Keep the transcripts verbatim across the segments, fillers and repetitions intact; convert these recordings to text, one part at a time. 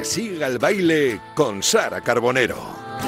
siga el baile con Sara Carbonero.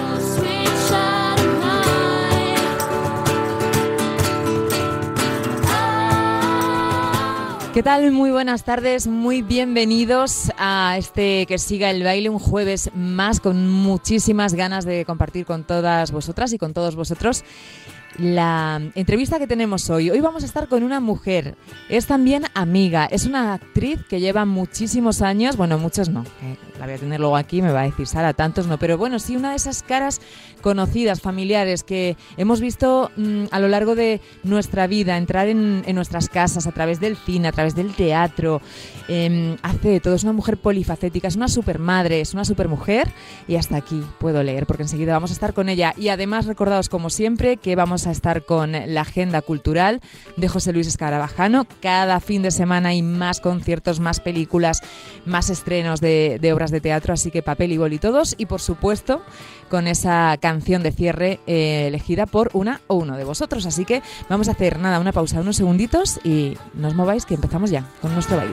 ¿Qué tal? Muy buenas tardes, muy bienvenidos a este Que Siga el Baile, un jueves más con muchísimas ganas de compartir con todas vosotras y con todos vosotros la entrevista que tenemos hoy. Hoy vamos a estar con una mujer, es también amiga, es una actriz que lleva muchísimos años, bueno, muchos no, eh, la voy a tener luego aquí, me va a decir Sara, tantos no, pero bueno, sí, una de esas caras conocidas, familiares, que hemos visto mmm, a lo largo de nuestra vida, entrar en, en nuestras casas a través del cine, a través del teatro, eh, hace de todo, es una mujer polifacética, es una supermadre, es una supermujer, y hasta aquí puedo leer, porque enseguida vamos a estar con ella, y además recordaos como siempre que vamos a estar con la agenda cultural de José Luis Escarabajano. Cada fin de semana hay más conciertos, más películas, más estrenos de, de obras de teatro, así que papel y boli todos, y por supuesto con esa canción de cierre eh, elegida por una o uno de vosotros. Así que vamos a hacer nada, una pausa, unos segunditos, y no os mováis que empezamos ya con nuestro baile.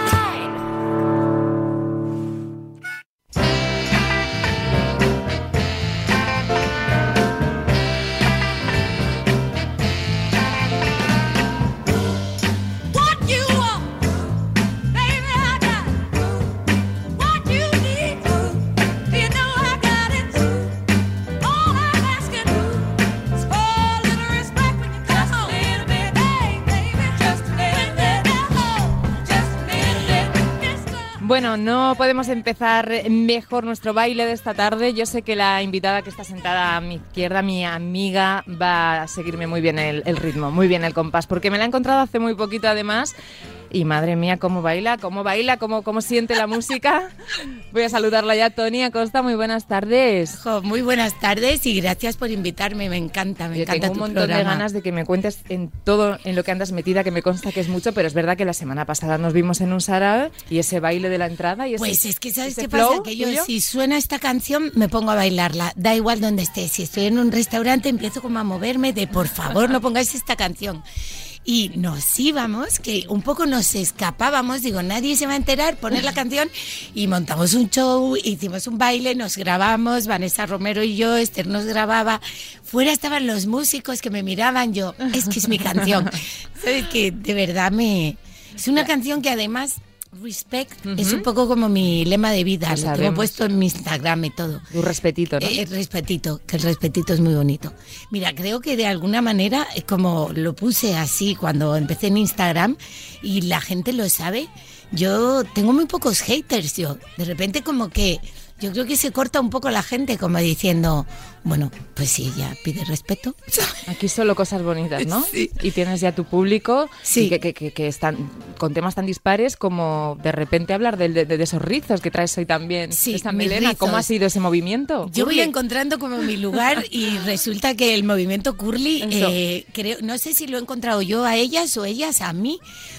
Bueno, no podemos empezar mejor nuestro baile de esta tarde. Yo sé que la invitada que está sentada a mi izquierda, mi amiga, va a seguirme muy bien el, el ritmo, muy bien el compás, porque me la he encontrado hace muy poquito además. Y madre mía, cómo baila, cómo baila, cómo, cómo siente la música. Voy a saludarla ya, Toni Acosta, muy buenas tardes. Jo, muy buenas tardes y gracias por invitarme, me encanta, me Yo encanta tengo tu un montón programa. de ganas de que me cuentes en todo en lo que andas metida, que me consta que es mucho, pero es verdad que la semana pasada nos vimos en un sarao y ese baile de la entrada y ese Pues es que ¿sabes qué flow, pasa? Que yo, ¿tuyo? si suena esta canción, me pongo a bailarla, da igual donde esté. Si estoy en un restaurante, empiezo como a moverme de por favor, no pongáis esta canción. Y nos íbamos, que un poco nos escapábamos, digo, nadie se va a enterar, poner la canción, y montamos un show, hicimos un baile, nos grabamos, Vanessa Romero y yo, Esther nos grababa, fuera estaban los músicos que me miraban, yo, es que es mi canción. ¿Sabes? Que de verdad me... Es una canción que además... Respect uh-huh. es un poco como mi lema de vida, lo, lo tengo puesto en mi Instagram y todo. Un respetito, ¿no? Eh, respetito, que el respetito es muy bonito. Mira, creo que de alguna manera, como lo puse así cuando empecé en Instagram y la gente lo sabe, yo tengo muy pocos haters, yo. De repente como que yo creo que se corta un poco la gente como diciendo, bueno, pues sí, ya pide respeto. Aquí solo cosas bonitas, ¿no? Sí. Y tienes ya tu público sí. que, que, que, que están con temas tan dispares como de repente hablar de, de, de esos rizos que traes hoy también. Sí, esa melena. rizos. ¿Cómo ha sido ese movimiento? Yo curly. voy encontrando como mi lugar y resulta que el movimiento curly, eh, creo, no sé si lo he encontrado yo a ellas o ellas a mí,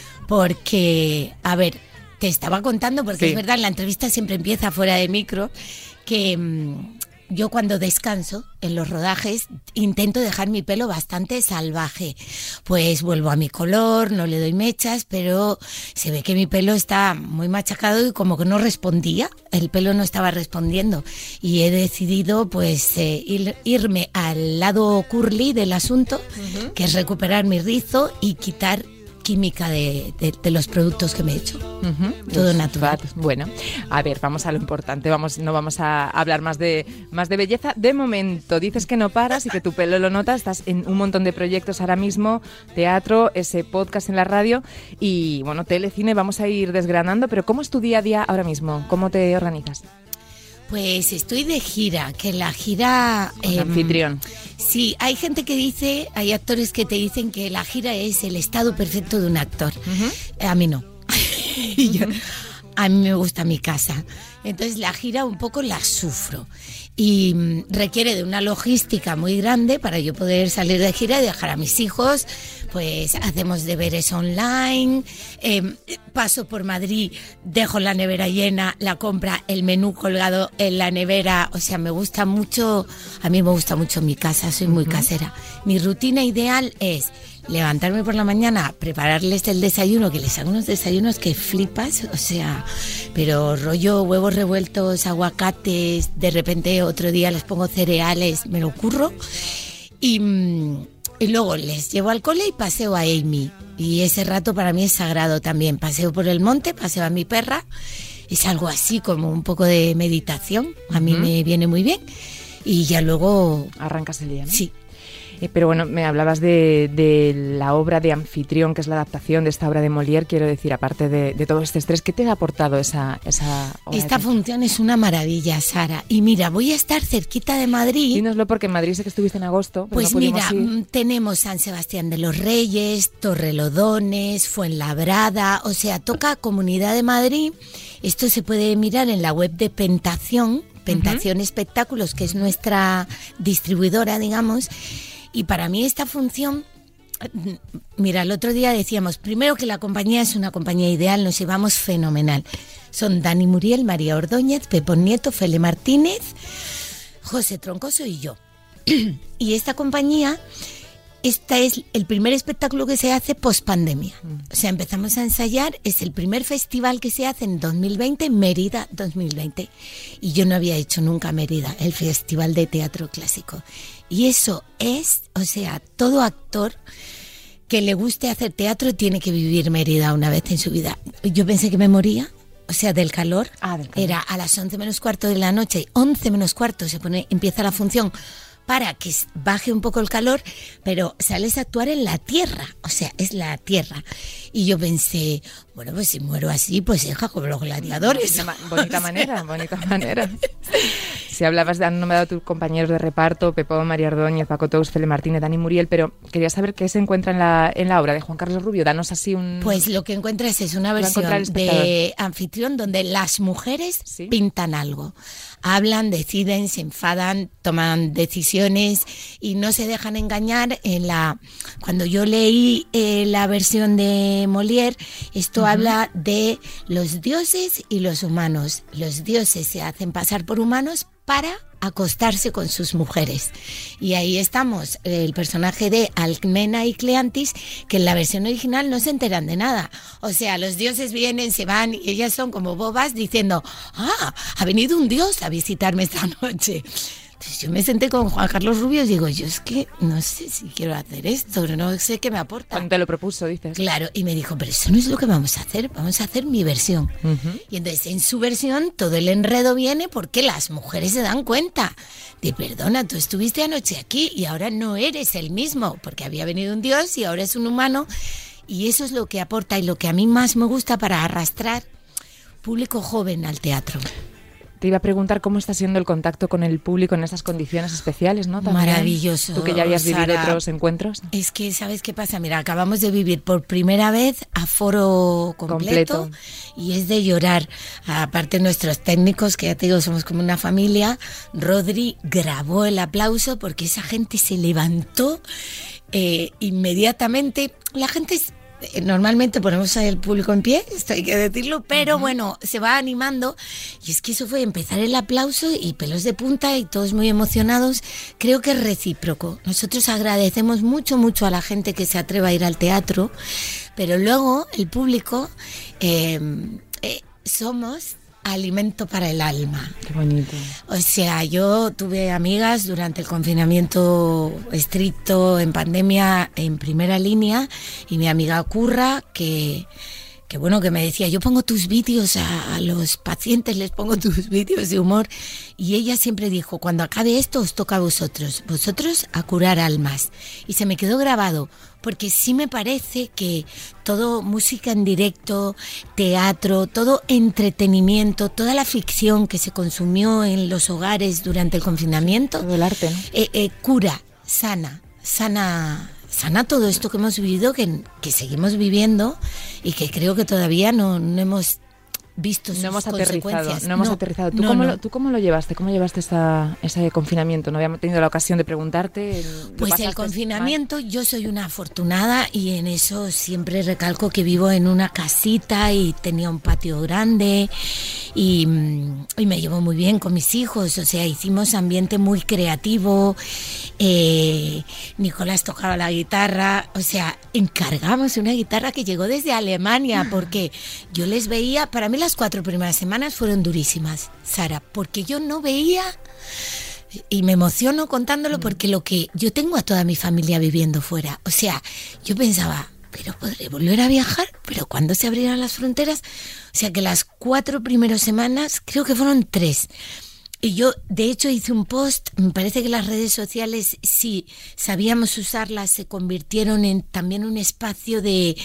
porque, a ver, te estaba contando, porque sí. Es verdad, la entrevista siempre empieza fuera de micro, que mmm, yo cuando descanso en los rodajes intento dejar mi pelo bastante salvaje. Pues vuelvo a mi color, no le doy mechas, pero se ve que mi pelo está muy machacado y como que no respondía, el pelo no estaba respondiendo. Y he decidido pues eh, ir, irme al lado curly del asunto, uh-huh. que es recuperar mi rizo y quitar química de, de, de los productos que me he hecho. Uh-huh. Todo Los natural. Fat. Bueno, a ver, vamos a lo importante. Vamos, no vamos a hablar más de más de belleza. De momento, dices que no paras y que tu pelo lo notas. Estás en un montón de proyectos ahora mismo, teatro, ese podcast en la radio y, bueno, tele, cine, vamos a ir desgranando. Pero ¿cómo es tu día a día ahora mismo? ¿Cómo te organizas? Pues estoy de gira, que la gira... Eh, anfitrión. Sí, hay gente que dice, hay actores que te dicen que la gira es el estado perfecto de un actor. Uh-huh. A mí no. Yo, a mí me gusta mi casa. Entonces la gira un poco la sufro. y requiere de una logística muy grande para yo poder salir de gira y dejar a mis hijos. Pues hacemos deberes online, eh, paso por Madrid, dejo la nevera llena, la compra, el menú colgado en la nevera. O sea, me gusta mucho, a mí me gusta mucho mi casa, soy muy uh-huh. casera. Mi rutina ideal es levantarme por la mañana, prepararles el desayuno, que les hago unos desayunos que flipas, o sea, pero rollo huevos revueltos, aguacates, de repente otro día les pongo cereales, me lo curro, y, y luego les llevo al cole y paseo a Amy, y ese rato para mí es sagrado también. Paseo por el monte, paseo a mi perra, es algo así como un poco de meditación, a mí uh-huh. me viene muy bien, y ya luego... Arrancas el día, ¿no? Sí. Eh, pero bueno, me hablabas de, de la obra de Anfitrión, que es la adaptación de esta obra de Molière. Quiero decir, aparte de, de todo este estrés, ¿qué te ha aportado esa, esa obra? Esta función es una maravilla, Sara. Y mira, voy a estar cerquita de Madrid. Dínoslo, porque en Madrid sé que estuviste en agosto. Pero pues no mira, ir. Tenemos San Sebastián de los Reyes, Torrelodones, Fuenlabrada, o sea, toca Comunidad de Madrid. Esto se puede mirar en la web de Pentación, Pentación uh-huh. Espectáculos, que es nuestra distribuidora, digamos. Y para mí esta función, mira, el otro día decíamos, primero que la compañía es una compañía ideal, nos llevamos fenomenal. Son Dani Muriel, María Ordóñez, Pepón Nieto, Fele Martínez, José Troncoso y yo. Y esta compañía, este es el primer espectáculo que se hace post-pandemia. O sea, empezamos a ensayar, es el primer festival que se hace en dos mil veinte, Mérida dos mil veinte. Y yo no había hecho nunca Mérida, el Festival de Teatro Clásico. Y eso es, o sea, todo actor que le guste hacer teatro tiene que vivir Mérida una vez en su vida. Yo pensé que me moría, o sea, del calor. Ah, del calor. Era a las once menos cuarto de la noche, once menos cuarto se pone, empieza la función para que baje un poco el calor, pero sales a actuar en la tierra, o sea, es la tierra. Y yo pensé, bueno, pues si muero así, pues hija, como los gladiadores. Bonita manera, bonita manera. Si hablabas de, han nombrado tus compañeros de reparto, Pepón, María Ordóñez, Paco Tous, Fele Martínez, Dani Muriel, pero quería saber qué se encuentra en la, en la obra de Juan Carlos Rubio. Danos así un... Pues lo que encuentras es una versión de Anfitrión donde las mujeres ¿sí? pintan algo. Hablan, deciden, se enfadan, toman decisiones y no se dejan engañar. En la cuando yo leí eh, la versión de Molière, esto uh-huh. habla de los dioses y los humanos. Los dioses se hacen pasar por humanos para acostarse con sus mujeres. Y ahí estamos, el personaje de Alcmena y Cleantis, que en la versión original no se enteran de nada. O sea, los dioses vienen, se van, y ellas son como bobas diciendo, ah, ha venido un dios a visitarme esta noche. Entonces yo me senté con Juan Carlos Rubio y digo, yo es que no sé si quiero hacer esto, no sé qué me aporta. Cuando te lo propuso, dices. Claro, y me dijo, pero eso no es lo que vamos a hacer, vamos a hacer mi versión. Uh-huh. Y entonces en su versión todo el enredo viene porque las mujeres se dan cuenta de, perdona, tú estuviste anoche aquí y ahora no eres el mismo, porque había venido un dios y ahora es un humano. Y eso es lo que aporta y lo que a mí más me gusta para arrastrar público joven al teatro. Te iba a preguntar cómo está siendo el contacto con el público en estas condiciones especiales, ¿no? También, maravilloso. Tú que ya habías Sara, vivido otros encuentros. Es que, ¿sabes qué pasa? Mira, acabamos de vivir por primera vez aforo completo, completo. Y es de llorar. Aparte nuestros técnicos, que ya te digo, somos como una familia, Rodri grabó el aplauso porque esa gente se levantó eh, inmediatamente. La gente... Normalmente ponemos al público en pie, esto hay que decirlo, pero uh-huh. bueno, se va animando y es que eso fue empezar el aplauso y pelos de punta y todos muy emocionados. Creo que es recíproco. Nosotros agradecemos mucho, mucho a la gente que se atreva a ir al teatro, pero luego el público eh, eh, somos... alimento para el alma. Qué bonito. O sea, yo tuve amigas durante el confinamiento estricto en pandemia en primera línea y mi amiga Curra que... que bueno, que me decía, yo pongo tus vídeos a, a los pacientes, les pongo tus vídeos de humor, y ella siempre dijo, cuando acabe esto os toca a vosotros, vosotros a curar almas, y se me quedó grabado, porque sí me parece que todo música en directo, teatro, todo entretenimiento, toda la ficción que se consumió en los hogares durante el confinamiento, todo el arte, ¿no? eh, eh, cura, sana, sana... sana todo esto que hemos vivido, que, que seguimos viviendo y que creo que todavía no, no hemos visto sus no hemos consecuencias. Aterrizado, no hemos no, aterrizado. ¿Tú, no, cómo no. Lo, ¿Tú cómo lo llevaste? ¿Cómo llevaste esa, ese confinamiento? No habíamos tenido la ocasión de preguntarte. Pues el confinamiento, mal? Yo soy una afortunada y en eso siempre recalco que vivo en una casita y tenía un patio grande y, y me llevo muy bien con mis hijos. O sea, hicimos ambiente muy creativo. Eh, Nicolás tocaba la guitarra. O sea, encargamos una guitarra que llegó desde Alemania porque yo les veía, para mí las cuatro primeras semanas fueron durísimas, Sara, porque yo no veía, y me emociono contándolo porque lo que yo tengo a toda mi familia viviendo fuera, o sea, yo pensaba, pero podré volver a viajar, pero ¿cuándo se abrirán las fronteras? O sea que las cuatro primeras semanas, creo que fueron tres. Y yo, de hecho, hice un post, me parece que las redes sociales, si sabíamos usarlas, se convirtieron en también un espacio de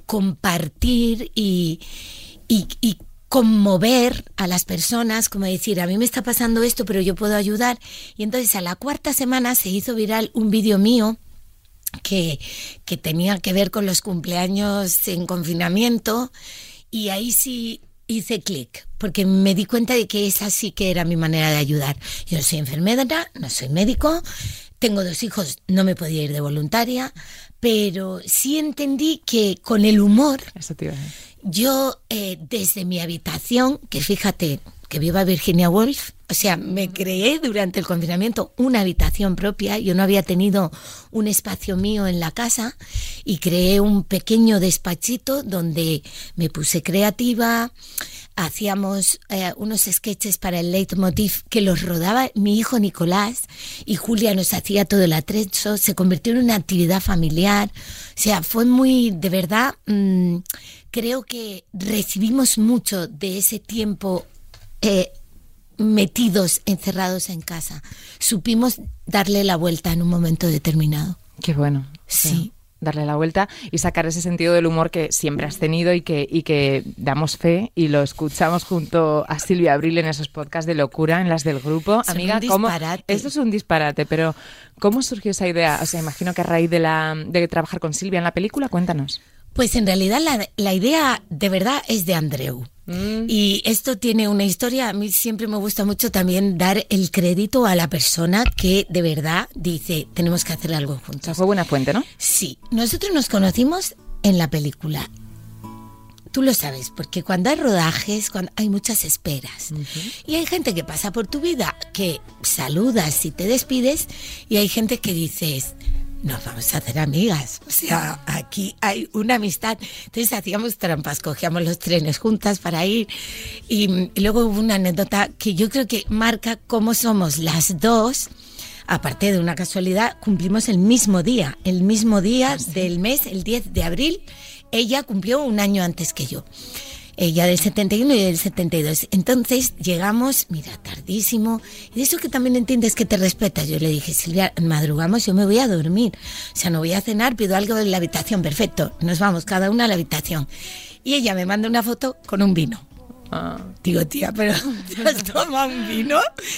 compartir y, y, y conmover a las personas, como decir, a mí me está pasando esto, pero yo puedo ayudar. Y entonces a la cuarta semana se hizo viral un vídeo mío que, que tenía que ver con los cumpleaños en confinamiento, y ahí sí hice clic, porque me di cuenta de que esa sí que era mi manera de ayudar. Yo no soy enfermera, no soy médico, tengo dos hijos, no me podía ir de voluntaria, pero sí entendí que con el humor, Eso te iba a decir. yo eh, desde mi habitación, que fíjate que viva Virginia Woolf, o sea, me creé durante el confinamiento una habitación propia. Yo no había tenido un espacio mío en la casa y creé un pequeño despachito donde me puse creativa. Hacíamos eh, unos sketches para el leitmotiv que los rodaba mi hijo Nicolás y Julia nos hacía todo el atrecho. Se convirtió en una actividad familiar. O sea, fue muy, de verdad, mmm, creo que recibimos mucho de ese tiempo eh, metidos, encerrados en casa. Supimos darle la vuelta en un momento determinado. Qué bueno. Sí. sí. Darle la vuelta y sacar ese sentido del humor que siempre has tenido y que, y que damos fe y lo escuchamos junto a Silvia Abril en esos podcasts de locura, en las del grupo. Son Amiga, un ¿cómo? disparate. Esto es un disparate, pero ¿cómo surgió esa idea? O sea, imagino que a raíz de, la, de trabajar con Silvia en la película, cuéntanos. Pues en realidad la, la idea de verdad es de Andreu. Mm. Y esto tiene una historia. A mí siempre me gusta mucho también dar el crédito a la persona que de verdad dice, tenemos que hacer algo juntos. O sea, fue buena fuente, ¿no? Sí. Nosotros nos conocimos en la película. Tú lo sabes, porque cuando hay rodajes, cuando hay muchas esperas. Uh-huh. Y hay gente que pasa por tu vida, que saludas y te despides, y hay gente que dices, nos vamos a hacer amigas. O sea, aquí hay una amistad. Entonces hacíamos trampas, cogíamos los trenes juntas para ir. Y, y luego hubo una anécdota que yo creo que marca cómo somos las dos. Aparte de una casualidad, cumplimos el mismo día. El mismo día ¿sí? del mes, el diez de abril. Ella cumplió un año antes que yo. Ella del setenta y uno y del setenta y dos. Entonces llegamos, mira, tardísimo. Y de eso que también entiendes que te respetas. Yo le dije, Silvia, madrugamos, yo me voy a dormir. O sea, no voy a cenar, pido algo en la habitación. Perfecto, nos vamos cada una a la habitación. Y ella me manda una foto con un vino. Ah. Digo, tía, pero ¿te has tomado un vino?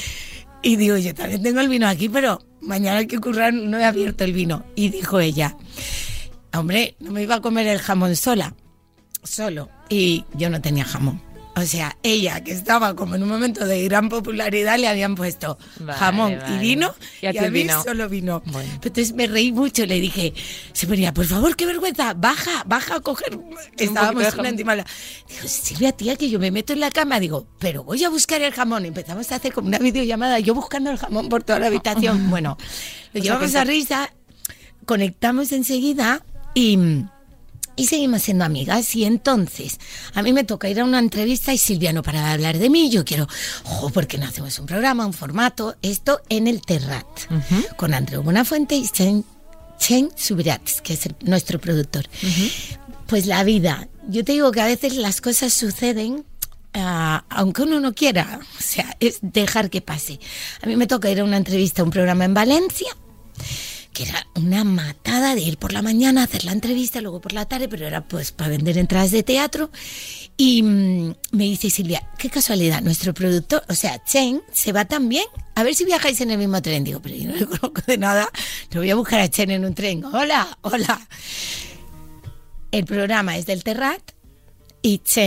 Y digo, yo también tengo el vino aquí, pero mañana hay que currar, no he abierto el vino. Y dijo ella, hombre, no me iba a comer el jamón sola. Solo, y yo no tenía jamón. O sea, ella, que estaba como en un momento de gran popularidad, le habían puesto vale, jamón vale. y vino, y a, y a mí vino. solo vino. Bueno. Entonces me reí mucho, le dije, Silvia, por favor, qué vergüenza, baja, baja a coger. Estábamos una encima. Digo, Silvia, tía, que yo me meto en la cama. Digo, pero voy a buscar el jamón. Empezamos a hacer como una videollamada, yo buscando el jamón por toda la habitación. Bueno, lo o llevamos sea, a risa, conectamos enseguida y... Y seguimos siendo amigas. Y entonces a mí me toca ir a una entrevista y Silvia no para de hablar de mí. Yo quiero, ojo, ¿por qué no hacemos un programa, un formato? Esto en el Terrat, uh-huh. con Andreu Buenafuente y Chen, Chen Subirats, que es el, nuestro productor. Uh-huh. Pues la vida, yo te digo que a veces las cosas suceden Uh, aunque uno no quiera. O sea, es dejar que pase. A mí me toca ir a una entrevista a un programa en Valencia, que era una matada de ir por la mañana a hacer la entrevista, luego por la tarde, pero era pues para vender entradas de teatro. Y mmm, me dice Silvia, qué casualidad, nuestro productor, o sea, Chen, se va también, a ver si viajáis en el mismo tren. Digo, pero yo no le conozco de nada, no voy a buscar a Chen en un tren. Hola, hola. El programa es del Terrat y Chen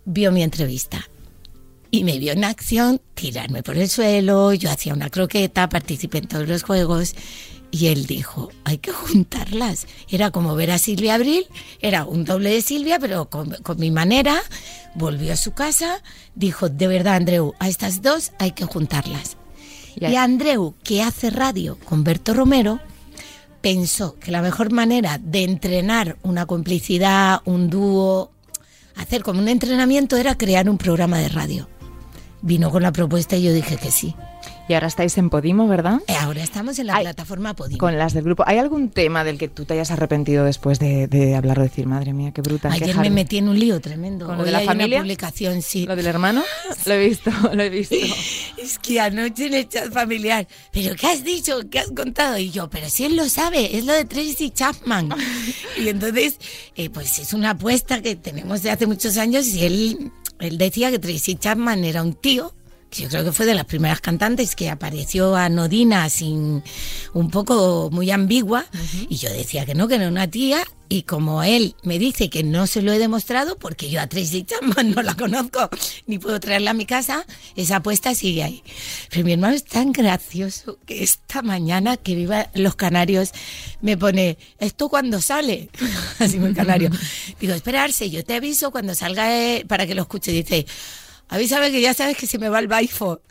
vio mi entrevista. Y me vio en acción tirarme por el suelo, yo hacía una croqueta, participé en todos los juegos y él dijo, hay que juntarlas. Era como ver a Silvia Abril, era un doble de Silvia, pero con, con mi manera. Volvió a su casa, dijo, de verdad, Andreu, a estas dos hay que juntarlas. Y, y Andreu, que hace radio con Berto Romero, pensó que la mejor manera de entrenar una complicidad, un dúo, hacer como un entrenamiento era crear un programa de radio. Vino con la propuesta y yo dije que sí. Y ahora estáis en Podimo, ¿verdad? Ahora estamos en la Hay, plataforma Podimo. Con las del grupo. ¿Hay algún tema del que tú te hayas arrepentido después de, de hablarlo? Decir, madre mía, qué bruta. Ayer me metí en un lío tremendo. ¿Con lo de la familia? Una publicación, sí. ¿Lo del hermano? Lo he visto, lo he visto. Es que anoche en el chat familiar, ¿pero qué has dicho? ¿Qué has contado? Y yo, pero si él lo sabe, es lo de Tracy Chapman. Y entonces, eh, pues es una apuesta que tenemos de hace muchos años y él, él decía que Tracy Chapman era un tío. Yo creo que fue de las primeras cantantes que apareció anodina, sin un poco muy ambigua, uh-huh. Y yo decía que no, que no era una tía, y como él me dice que no se lo he demostrado, porque yo a Tracy Chapman no la conozco, ni puedo traerla a mi casa, esa apuesta sigue ahí. Pero mi hermano es tan gracioso que esta mañana, que viva los Canarios, me pone, ¿esto cuándo sale? Así muy canario. Digo, esperarse, yo te aviso cuando salga eh, para que lo escuche. Dice, avísame que ya sabes que se me va el baifo.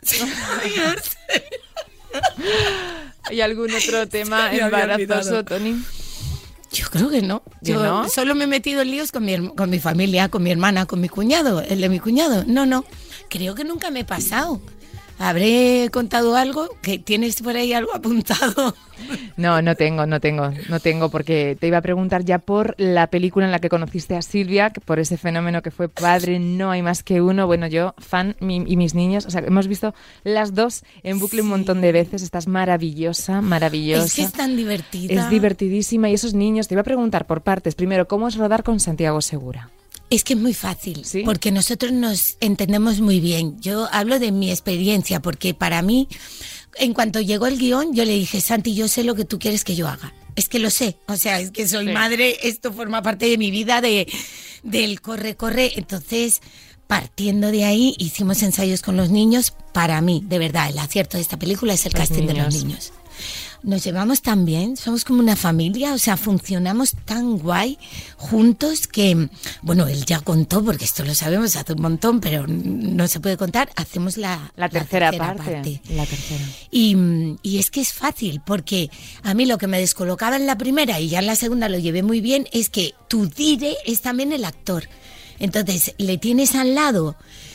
¿Hay algún otro tema sí, embarazoso, Toni? Yo creo que no. Yo no? Solo me he metido en líos con mi, con mi familia, con mi hermana, con mi cuñado, el de mi cuñado. No, no. Creo que nunca me he pasado. ¿Habré contado algo? ¿Que tienes por ahí algo apuntado? No, no tengo, no tengo, no tengo, porque te iba a preguntar ya por la película en la que conociste a Silvia, por ese fenómeno que fue Padre No hay más que uno. Bueno, yo, fan, mi, y mis niños, o sea, hemos visto las dos en bucle sí. Un montón de veces. Estás maravillosa, maravillosa. Es que es tan divertida. Es divertidísima. Y esos niños, te iba a preguntar por partes. Primero, ¿cómo es rodar con Santiago Segura? Es que es muy fácil, ¿sí? Porque nosotros nos entendemos muy bien. Yo hablo de mi experiencia, porque para mí, en cuanto llegó el guión, yo le dije, Santi, yo sé lo que tú quieres que yo haga. Es que lo sé, o sea, es que soy sí. madre, esto forma parte de mi vida, de del corre, corre. Entonces, partiendo de ahí, hicimos ensayos con los niños. Para mí, de verdad, el acierto de esta película es el los casting niños. de los niños. Nos llevamos tan bien, somos como una familia, o sea, funcionamos tan guay juntos que, bueno, él ya contó, porque esto lo sabemos hace un montón, pero no se puede contar, hacemos la, la, tercera, la tercera parte, parte. La tercera. Y, y es que es fácil, porque a mí lo que me descolocaba en la primera y ya en la segunda lo llevé muy bien, es que tu dire es también el actor. Entonces, le tienes al lado...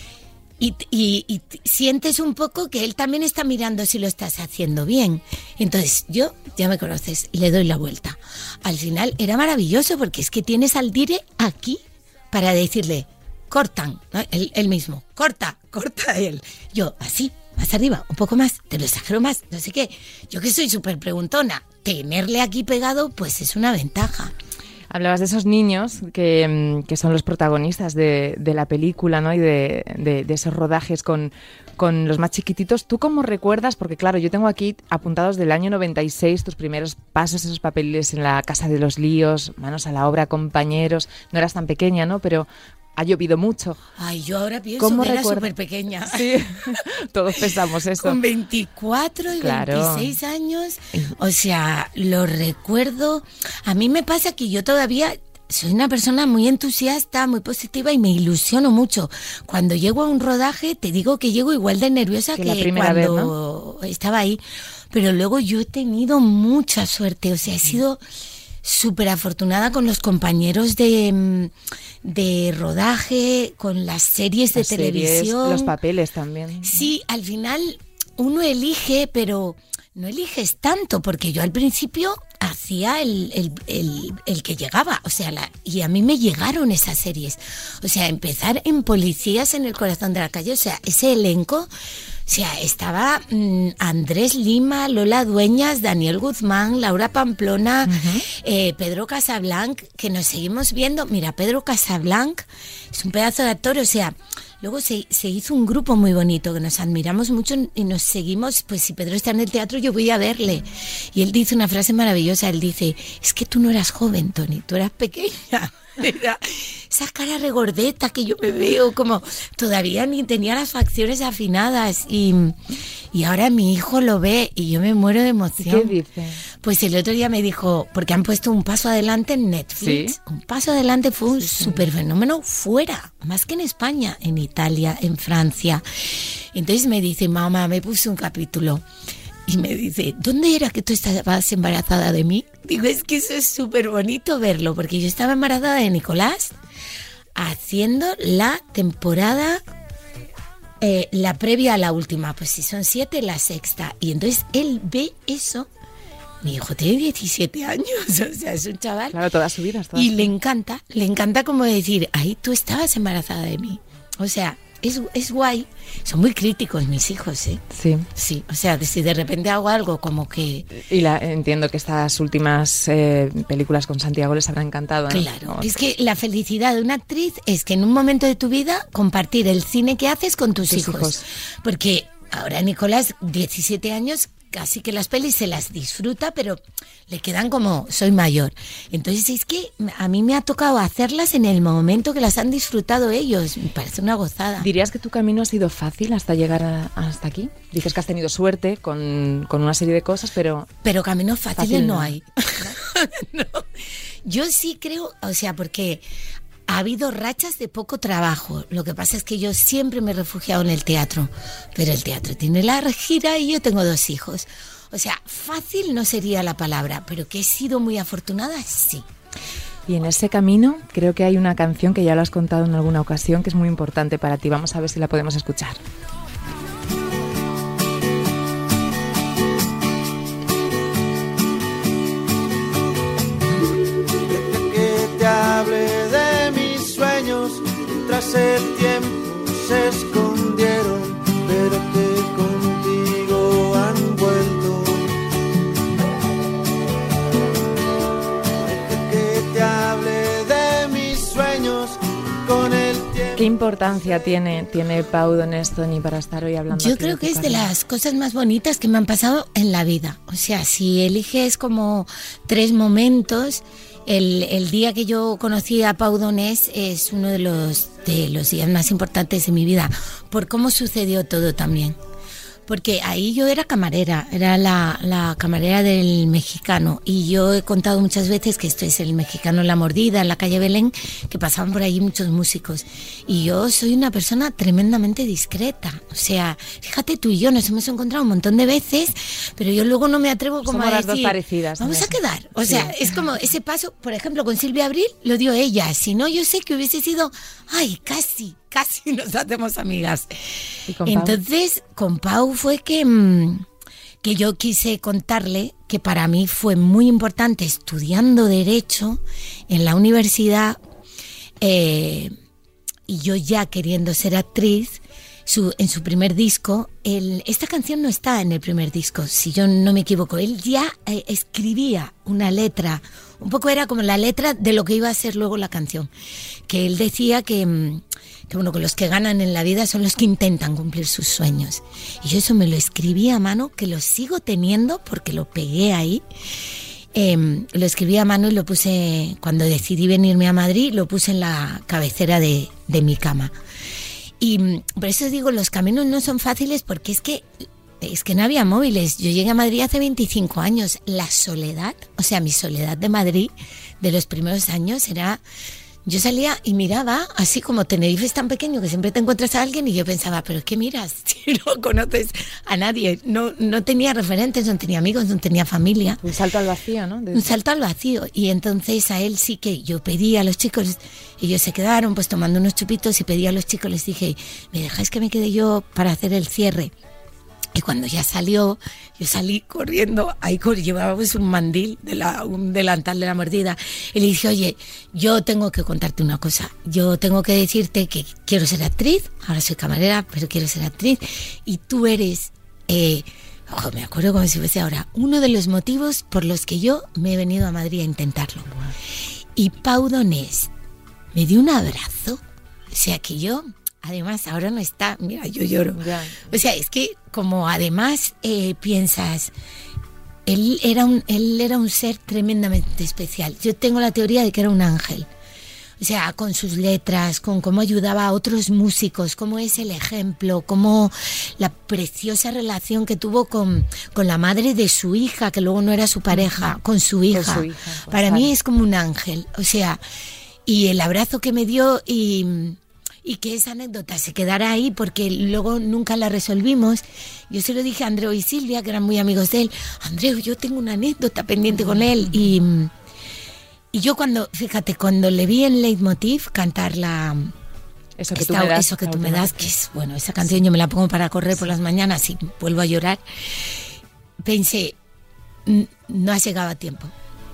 Y, y, y sientes un poco que él también está mirando si lo estás haciendo bien. Entonces yo, ya me conoces, le doy la vuelta. Al final era maravilloso porque es que tienes al dire aquí para decirle, cortan, ¿no? él, él mismo, corta, corta él. Yo, así, más arriba, un poco más, te lo exagero más, no sé qué. Yo que soy súper preguntona, tenerle aquí pegado pues es una ventaja. Hablabas de esos niños que, que son los protagonistas de, de la película, ¿no? Y de, de, de esos rodajes con, con los más chiquititos. ¿Tú cómo recuerdas? Porque claro, yo tengo aquí apuntados del año noventa y seis tus primeros pasos, esos papeles en La Casa de los Líos, Manos a la obra, Compañeros. No eras tan pequeña, ¿no? Pero ha llovido mucho. Ay, yo ahora pienso que era súper pequeña. Sí, todos pensamos eso. Con veinticuatro y claro. veintiséis años, o sea, lo recuerdo. A mí me pasa que yo todavía soy una persona muy entusiasta, muy positiva y me ilusiono mucho. Cuando llego a un rodaje, te digo que llego igual de nerviosa que, que la primera cuando vez, ¿no? estaba ahí. Pero luego yo he tenido mucha suerte, o sea, he sido... súper afortunada con los compañeros de, de rodaje, con las series de las televisión. Series, los papeles también. Sí, al final uno elige, pero no eliges tanto, porque yo al principio hacía el, el, el, el que llegaba, o sea, la, y a mí me llegaron esas series. O sea, empezar en Policías en el corazón de la calle, o sea, ese elenco... O sea, estaba mmm, Andrés Lima, Lola Dueñas, Daniel Guzmán, Laura Pamplona, uh-huh. eh, Pedro Casablanc, que nos seguimos viendo. Mira, Pedro Casablanc es un pedazo de actor, o sea, luego se, se hizo un grupo muy bonito, que nos admiramos mucho y nos seguimos. Pues si Pedro está en el teatro, yo voy a verle. Y él dice una frase maravillosa, él dice, es que tú no eras joven, Toni, tú eras pequeña. Era esa cara regordeta que yo me veo, como todavía ni tenía las facciones afinadas, y, y ahora mi hijo lo ve y yo me muero de emoción. ¿Qué dice? Pues el otro día me dijo, porque han puesto Un paso adelante en Netflix. ¿Sí? Un paso adelante fue un sí, sí. súper fenómeno fuera, más que en España, en Italia, en Francia. Entonces me dice, mamá, me puse un capítulo. Y me dice, ¿dónde era que tú estabas embarazada de mí? Digo, es que eso es súper bonito verlo, porque yo estaba embarazada de Nicolás haciendo la temporada, eh, la previa a la última, pues si son siete, la sexta. Y entonces él ve eso. Mi hijo tiene diecisiete años, o sea, es un chaval. Claro, toda su vida. Toda y su le vida. encanta, le encanta como decir, ahí tú estabas embarazada de mí. O sea, Es, es guay. Son muy críticos mis hijos, ¿eh? Sí. Sí, o sea, si de repente hago algo como que... Y la, entiendo que estas últimas eh, películas con Santiago les habrán encantado, ¿no? Claro, es que la felicidad de una actriz es que en un momento de tu vida compartir el cine que haces con tus, tus hijos. hijos. Porque ahora Nicolás, diecisiete años... Casi que las pelis se las disfruta, pero le quedan como soy mayor. Entonces es que a mí me ha tocado hacerlas en el momento que las han disfrutado ellos. Me parece una gozada. ¿Dirías que tu camino ha sido fácil hasta llegar a, hasta aquí? Dices que has tenido suerte con, con una serie de cosas, pero... Pero caminos fáciles fácil no, no hay. ¿No? No. Yo sí creo, o sea, porque... Ha habido rachas de poco trabajo. Lo que pasa es que yo siempre me he refugiado en el teatro. Pero el teatro tiene la gira y yo tengo dos hijos. O sea, fácil no sería la palabra, pero que he sido muy afortunada, sí. Y en ese camino creo que hay una canción que ya lo has contado en alguna ocasión que es muy importante para ti. Vamos a ver si la podemos escuchar. Deja que te hable de tras el tiempo se escondieron, pero que contigo han vuelto. Deja que te hable de mis sueños con el tiempo. ¿Qué importancia tiene, tiene Pau Donés, Toni, para estar hoy hablando? Yo creo que es de las cosas más bonitas que me han pasado en la vida. O sea, si eliges como tres momentos... El, el día que yo conocí a Pau Donés es uno de los, de los días más importantes de mi vida, por cómo sucedió todo también. Porque ahí yo era camarera, era la, la camarera del Mexicano, y yo he contado muchas veces que esto es el Mexicano en La Mordida, en la calle Belén, que pasaban por allí muchos músicos. Y yo soy una persona tremendamente discreta. O sea, fíjate, tú y yo nos hemos encontrado un montón de veces, pero yo luego no me atrevo como Somos a las decir, dos parecidas, vamos a quedar. O sí. sea, es como ese paso, por ejemplo, con Silvia Abril lo dio ella. Si no, yo sé que hubiese sido, ay, casi... Casi nos hacemos amigas. ¿Y con Entonces, con Pau fue que, que yo quise contarle que para mí fue muy importante estudiando Derecho en la universidad, eh, y yo ya queriendo ser actriz, su, en su primer disco, el, esta canción no está en el primer disco, si yo no me equivoco, él ya eh, escribía una letra, un poco era como la letra de lo que iba a ser luego la canción, que él decía que... que bueno, que los que ganan en la vida son los que intentan cumplir sus sueños. Y yo eso me lo escribí a mano, que lo sigo teniendo porque lo pegué ahí. Eh, lo escribí a mano y lo puse, cuando decidí venirme a Madrid, lo puse en la cabecera de, de mi cama. Y por eso digo, los caminos no son fáciles, porque es que, es que no había móviles. Yo llegué a Madrid hace veinticinco años. La soledad, o sea, mi soledad de Madrid de los primeros años era... Yo salía y miraba, así como Tenerife es tan pequeño que siempre te encuentras a alguien, y yo pensaba, ¿pero qué miras? Si no conoces a nadie. No, no tenía referentes, no tenía amigos, no tenía familia. Un salto al vacío, ¿no? De... Un salto al vacío. Y entonces a él sí que yo pedí a los chicos, ellos se quedaron pues tomando unos chupitos, y pedí a los chicos, les dije, ¿me dejáis que me quede yo para hacer el cierre? Y cuando ya salió, yo salí corriendo, ahí llevábamos un mandil, de la, un delantal de La Mordida, y le dije, oye, yo tengo que contarte una cosa, yo tengo que decirte que quiero ser actriz, ahora soy camarera, pero quiero ser actriz, y tú eres, eh, ojo, me acuerdo como si fuese ahora, uno de los motivos por los que yo me he venido a Madrid a intentarlo. Y Pau Donés me dio un abrazo, o sea que yo... además ahora no está, mira, yo lloro. Ya. O sea, es que como además eh, piensas, él era, un, él era un ser tremendamente especial. Yo tengo la teoría de que era un ángel. O sea, con sus letras, con cómo ayudaba a otros músicos, cómo es el ejemplo, cómo la preciosa relación que tuvo con, con la madre de su hija, que luego no era su pareja, con su hija. Con su hija, con Para Sara. mí es como un ángel. O sea, y el abrazo que me dio y, y que esa anécdota se quedara ahí porque luego nunca la resolvimos. Yo se lo dije a Andreu y Silvia, que eran muy amigos de él. Andreu, yo tengo una anécdota pendiente con él y... Y yo cuando, fíjate, cuando le vi en Leitmotiv cantar la... Eso que, esta, tú me das, eso que tú me das, que es, bueno, esa canción yo me la pongo para correr por las mañanas y vuelvo a llorar, pensé, no ha llegado a tiempo.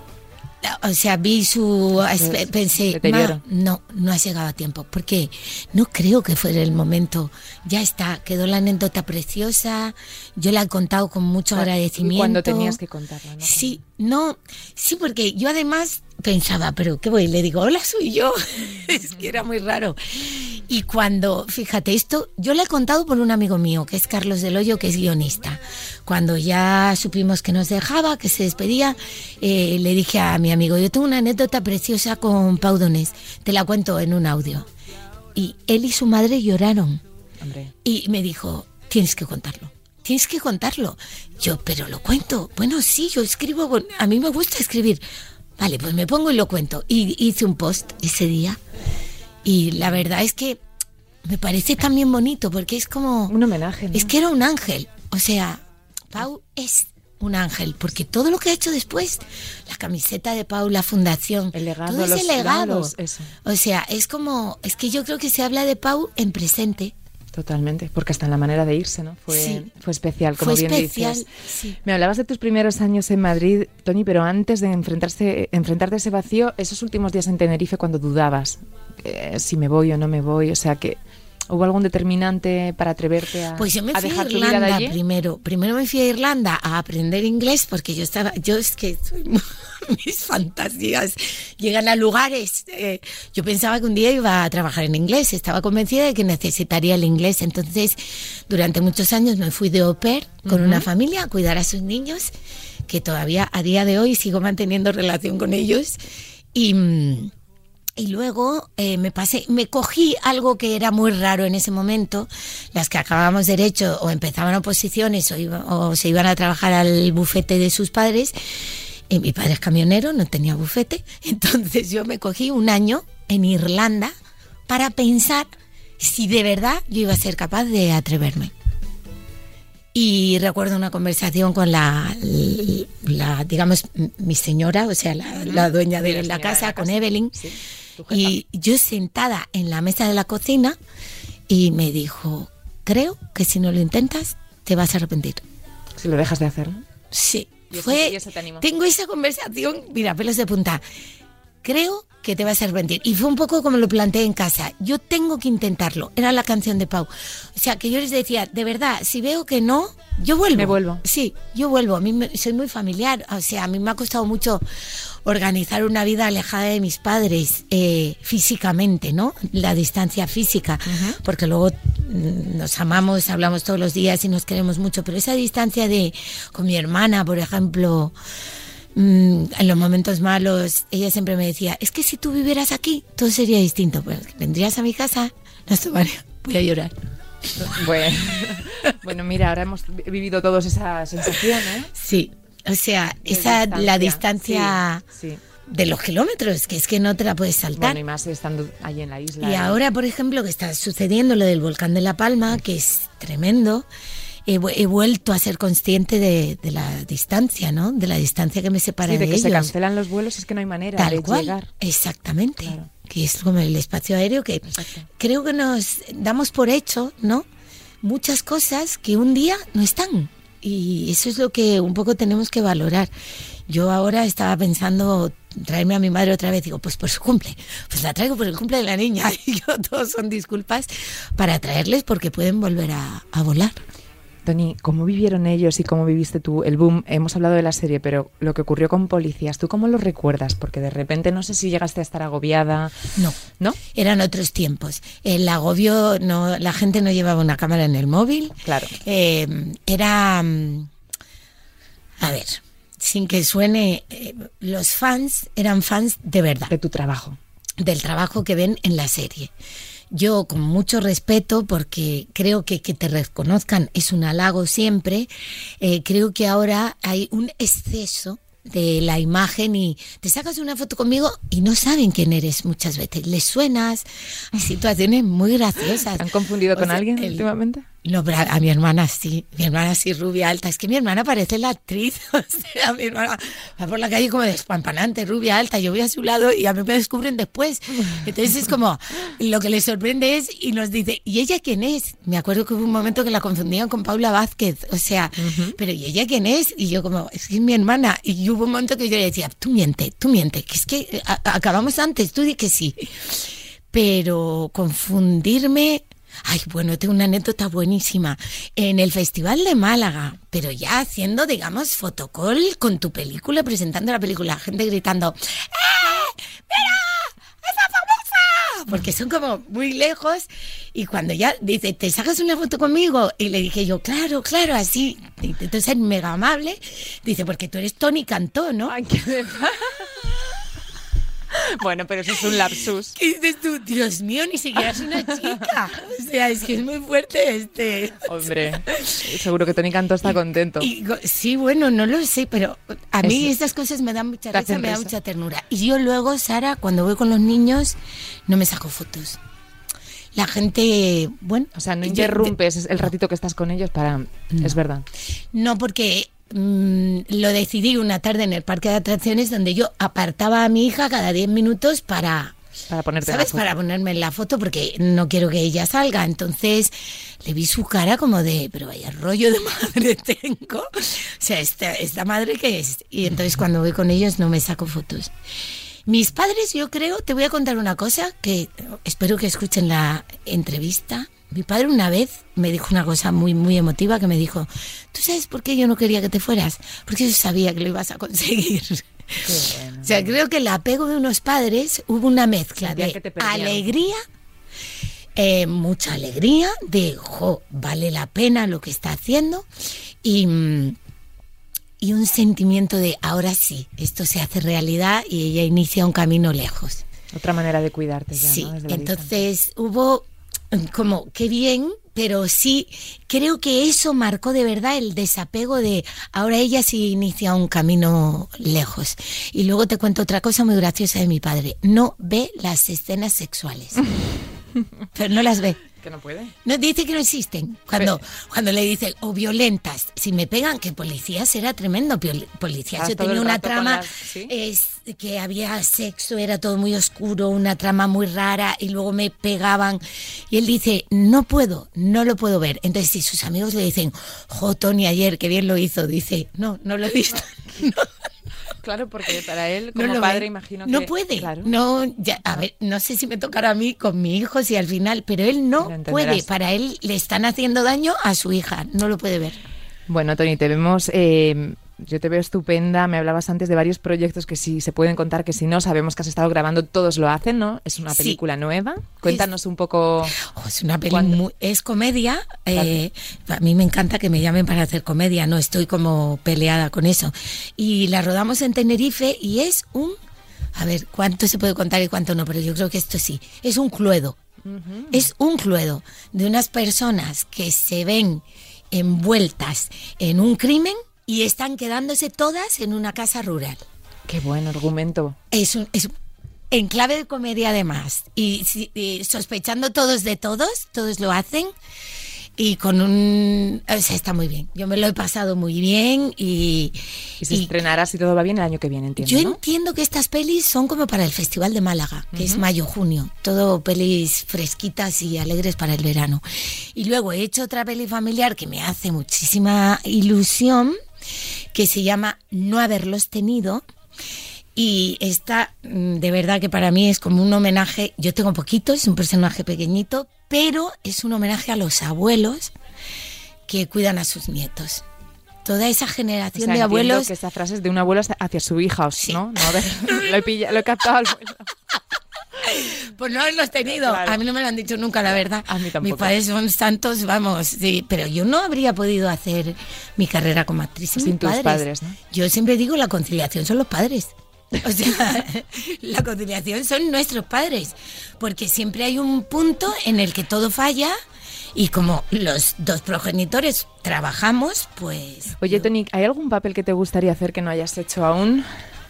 O sea, vi su... Pensé, Ma, no, no ha llegado a tiempo, porque no creo que fuera el momento. Ya está, quedó la anécdota preciosa, yo la he contado con mucho agradecimiento. Y cuando tenías que contarla, ¿no? Sí, no, sí, porque yo además pensaba, pero ¿qué voy? Le digo, hola, soy yo. Es que era muy raro. Y cuando, fíjate, esto yo le he contado por un amigo mío, que es Carlos Del Hoyo, que es guionista. Cuando ya supimos que nos dejaba, que se despedía, eh, le dije a mi amigo, yo tengo una anécdota preciosa con Pau Donés, te la cuento en un audio. Y él y su madre lloraron. Hombre. Y me dijo, tienes que contarlo. Tienes que contarlo. Yo, pero lo cuento. Bueno, sí, yo escribo, a mí me gusta escribir. Vale, pues me pongo y lo cuento. Y hice un post ese día. Y la verdad es que me parece también bonito porque es como... Un homenaje, ¿no? Es que era un ángel. O sea, Pau es un ángel porque todo lo que ha hecho después, la camiseta de Pau, la fundación, el legado, todo los ese legado. Regalos, eso. O sea, es como... Es que yo creo que se habla de Pau en presente. Totalmente, porque hasta en la manera de irse, ¿no? Fue, sí. fue especial, como fue bien especial, dices. Sí. Me hablabas de tus primeros años en Madrid, Toñi, pero antes de enfrentarse, enfrentarte a ese vacío, esos últimos días en Tenerife cuando dudabas eh, si me voy o no me voy, o sea que... ¿Hubo algún determinante para atreverte a, pues yo me a fui dejar a tu vida de Irlanda allí? primero. Primero me fui a Irlanda a aprender inglés porque yo estaba, yo es que soy, mis fantasías llegan a lugares. Eh, yo pensaba que un día iba a trabajar en inglés, estaba convencida de que necesitaría el inglés. Entonces, durante muchos años me fui de au pair con uh-huh. una familia a cuidar a sus niños, que todavía a día de hoy sigo manteniendo relación con ellos. Y... Y luego eh, me pasé, me cogí algo que era muy raro en ese momento, las que acabábamos derecho o empezaban oposiciones o, iba, o se iban a trabajar al bufete de sus padres. Y mi padre es camionero, no tenía bufete, entonces yo me cogí un año en Irlanda para pensar si de verdad yo iba a ser capaz de atreverme. Y recuerdo una conversación con la, la digamos, mi señora, o sea, la, la dueña de la, la casa, de la con casa. Evelyn. Sí. Y yo sentada en la mesa de la cocina y me dijo, creo que si no lo intentas te vas a arrepentir. Si lo dejas de hacer, ¿no? Sí, ¿Y eso, fue, y eso te animó? Tengo esa conversación, mira, pelos de punta, creo que te vas a arrepentir. Y fue un poco como lo planteé en casa, yo tengo que intentarlo, era la canción de Pau. O sea, que yo les decía, de verdad, si veo que no, yo vuelvo. Me vuelvo. Sí, yo vuelvo, a mí me, soy muy familiar, o sea, a mí me ha costado mucho organizar una vida alejada de mis padres eh, físicamente, ¿no? La distancia física, uh-huh. porque luego nos amamos, hablamos todos los días y nos queremos mucho, pero esa distancia de con mi hermana, por ejemplo, mmm, en los momentos malos, ella siempre me decía, es que si tú vivieras aquí, todo sería distinto, pues vendrías a mi casa, nos tomaría, voy a llorar. Bueno, bueno, mira, ahora hemos vivido todos esa sensación, ¿eh? Sí. O sea, esa distancia, la distancia sí, sí. de los kilómetros, que es que no te la puedes saltar. Bueno, y más estando ahí en la isla. Y ¿eh? ahora, por ejemplo, que está sucediendo lo del volcán de La Palma, que es tremendo, he, he vuelto a ser consciente de, de la distancia, ¿no? De la distancia que me separa sí, de, de que ellos. Se cancelan los vuelos, es que no hay manera Tal de cual, llegar. Exactamente. Claro. Que es como el espacio aéreo, que Exacto. creo que nos damos por hecho, ¿no? Muchas cosas que un día no están. Y eso es lo que un poco tenemos que valorar. Yo ahora estaba pensando traerme a mi madre otra vez. Digo, pues por su cumple. Pues la traigo por el cumple de la niña. Y yo, todos son disculpas para traerles porque pueden volver a, a volar. Toni, ¿cómo vivieron ellos y cómo viviste tú el boom? Hemos hablado de la serie, pero lo que ocurrió con Policías, ¿tú cómo lo recuerdas? Porque de repente no sé si llegaste a estar agobiada. No, ¿no? Eran otros tiempos. El agobio, no, la gente no llevaba una cámara en el móvil. Claro. Eh, era, a ver, sin que suene, eh, los fans eran fans de verdad. De tu trabajo. Del trabajo que ven en la serie. Yo, con mucho respeto, porque creo que que te reconozcan es un halago siempre, eh, creo que ahora hay un exceso de la imagen y te sacas una foto conmigo y no saben quién eres muchas veces. Les suenas, hay situaciones muy graciosas. ¿Te han confundido O con sea, alguien el, últimamente? No, pero a, a mi hermana sí, mi hermana sí, rubia, alta. Es que mi hermana parece la actriz, o sea, mi hermana va por la calle como despampanante, rubia, alta. Yo voy a su lado y a mí me descubren después. Entonces es como, lo que les sorprende es, y nos dice, ¿y ella quién es? Me acuerdo que hubo un momento que la confundían con Paula Vázquez, o sea, uh-huh. pero ¿y ella quién es? Y yo como, es que es mi hermana. Y hubo un momento que yo le decía, tú miente, tú miente, que es que a, acabamos antes, tú di que sí. Pero confundirme... Ay, bueno, tengo una anécdota buenísima. En el Festival de Málaga, pero ya haciendo, digamos, fotocall con tu película, presentando la película, gente gritando, ¡eh! ¡Mira! ¡Esa famosa! Porque son como muy lejos. Y cuando ya dice, ¿te sacas una foto conmigo? Y le dije yo, claro, claro, así. Intento ser mega amable. Dice, porque tú eres Toni Cantó, ¿no? Ay, qué de... Bueno, pero eso es un lapsus. ¿Qué dices tú? Dios mío, ni siquiera es una chica. O sea, es que es muy fuerte este. Hombre, seguro que Toni Cantó está contento. Y, sí, bueno, no lo sé, pero a mí es... estas cosas me dan mucha risa, me da mucha ternura. Y yo luego, Sara, cuando voy con los niños, no me saco fotos. La gente, bueno... O sea, no interrumpes el ratito que estás con ellos para... No. Es verdad. No, porque... lo decidí una tarde en el parque de atracciones donde yo apartaba a mi hija cada diez minutos para, para, ponerte ¿sabes? Para ponerme en la foto porque no quiero que ella salga. Entonces le vi su cara como de, pero vaya rollo de madre tengo. O sea, esta, esta madre que es. Y entonces cuando voy con ellos no me saco fotos. Mis padres, yo creo, te voy a contar una cosa que espero que escuchen la entrevista. Mi padre una vez me dijo una cosa muy, muy emotiva que me dijo, ¿tú sabes por qué yo no quería que te fueras? Porque yo sabía que lo ibas a conseguir. Bueno. O sea, creo que el apego de unos padres hubo una mezcla de alegría, eh, mucha alegría, de, jo, vale la pena lo que está haciendo, y, y un sentimiento de, ahora sí, esto se hace realidad y ella inicia un camino lejos. Otra manera de cuidarte ya, sí, ¿no? Desde la entonces distancia. Hubo... como, qué bien, pero sí, creo que eso marcó de verdad el desapego de ahora ella sí inicia un camino lejos. Y luego te cuento otra cosa muy graciosa de mi padre. No ve las escenas sexuales. Pero no las ve. Que no puede. No, dice que no existen. Cuando, Pero... cuando le dicen, o violentas, si me pegan, que Policías era tremendo. Policías, yo tenía una trama las... ¿Sí? es, que había sexo, era todo muy oscuro, una trama muy rara, y luego me pegaban. Y él dice, no puedo, no lo puedo ver. Entonces, si sus amigos le dicen, jo, Toni, ayer, qué bien lo hizo, dice, no, no lo he visto. No. Claro, porque para él, como no padre, ve. imagino que... No puede, claro. no, ya, a ver, no sé si me tocará a mí con mi hijo, si al final, pero él no puede, para él le están haciendo daño a su hija, no lo puede ver. Bueno, Toni, te vemos... Eh... Yo te veo estupenda, me hablabas antes de varios proyectos que sí se pueden contar, que si no, sabemos que has estado grabando, todos lo hacen, ¿no? Es una película sí. nueva. Cuéntanos es, un poco... Oh, es una película, muy, es comedia, eh, a mí me encanta que me llamen para hacer comedia, no estoy como peleada con eso. Y la rodamos en Tenerife y es un... A ver, ¿cuánto se puede contar y cuánto no? Pero yo creo que esto sí, es un cluedo. Uh-huh. Es un cluedo de unas personas que se ven envueltas en un crimen y están quedándose todas en una casa rural. Qué buen argumento. Es un, es en clave de comedia además. Y, y sospechando todos de todos, todos lo hacen. Y con un... O sea, está muy bien. Yo me lo he pasado muy bien y... Y se y, estrenará, si todo va bien, el año que viene, entiendo, Yo ¿no? entiendo que estas pelis son como para el Festival de Málaga, que uh-huh. es mayo-junio. Todo pelis fresquitas y alegres para el verano. Y luego he hecho otra peli familiar que me hace muchísima ilusión, que se llama No haberlos tenido. Y esta, de verdad que para mí es como un homenaje. Yo tengo poquito, es un personaje pequeñito, pero es un homenaje a los abuelos que cuidan a sus nietos. Toda esa generación o sea, de abuelos... que esa frase es de una abuela hacia su hija, Sí. ¿no? No, a ver, lo he, pillado, lo he captado al vuelo. Pues no haberlos tenido. Claro. A mí no me lo han dicho nunca, la verdad. A mí tampoco. Mis padres son santos, vamos. Sí, pero yo no habría podido hacer mi carrera como actriz sin, Sin mis tus padres. padres, ¿no? Yo siempre digo, la conciliación son los padres. O sea, la conciliación son nuestros padres. Porque siempre hay un punto en el que todo falla. Y como los dos progenitores trabajamos, pues... Oye, yo- Toni, ¿hay algún papel que te gustaría hacer que no hayas hecho aún?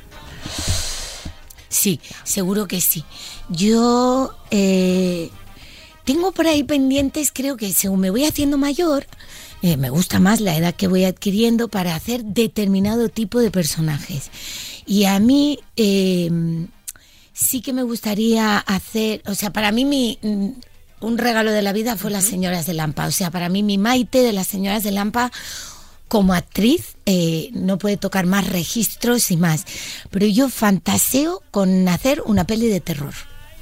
Sí, seguro que sí. Yo eh, tengo por ahí pendientes, creo que según me voy haciendo mayor, eh, me gusta más la edad que voy adquiriendo para hacer determinado tipo de personajes. Y a mí eh, sí que me gustaría hacer, o sea, para mí mi... un regalo de la vida fue Las Señoras de Lampa. O sea, para mí mi Maite de Las Señoras de Lampa como actriz eh, no puede tocar más registros y más. Pero yo fantaseo con hacer una peli de terror.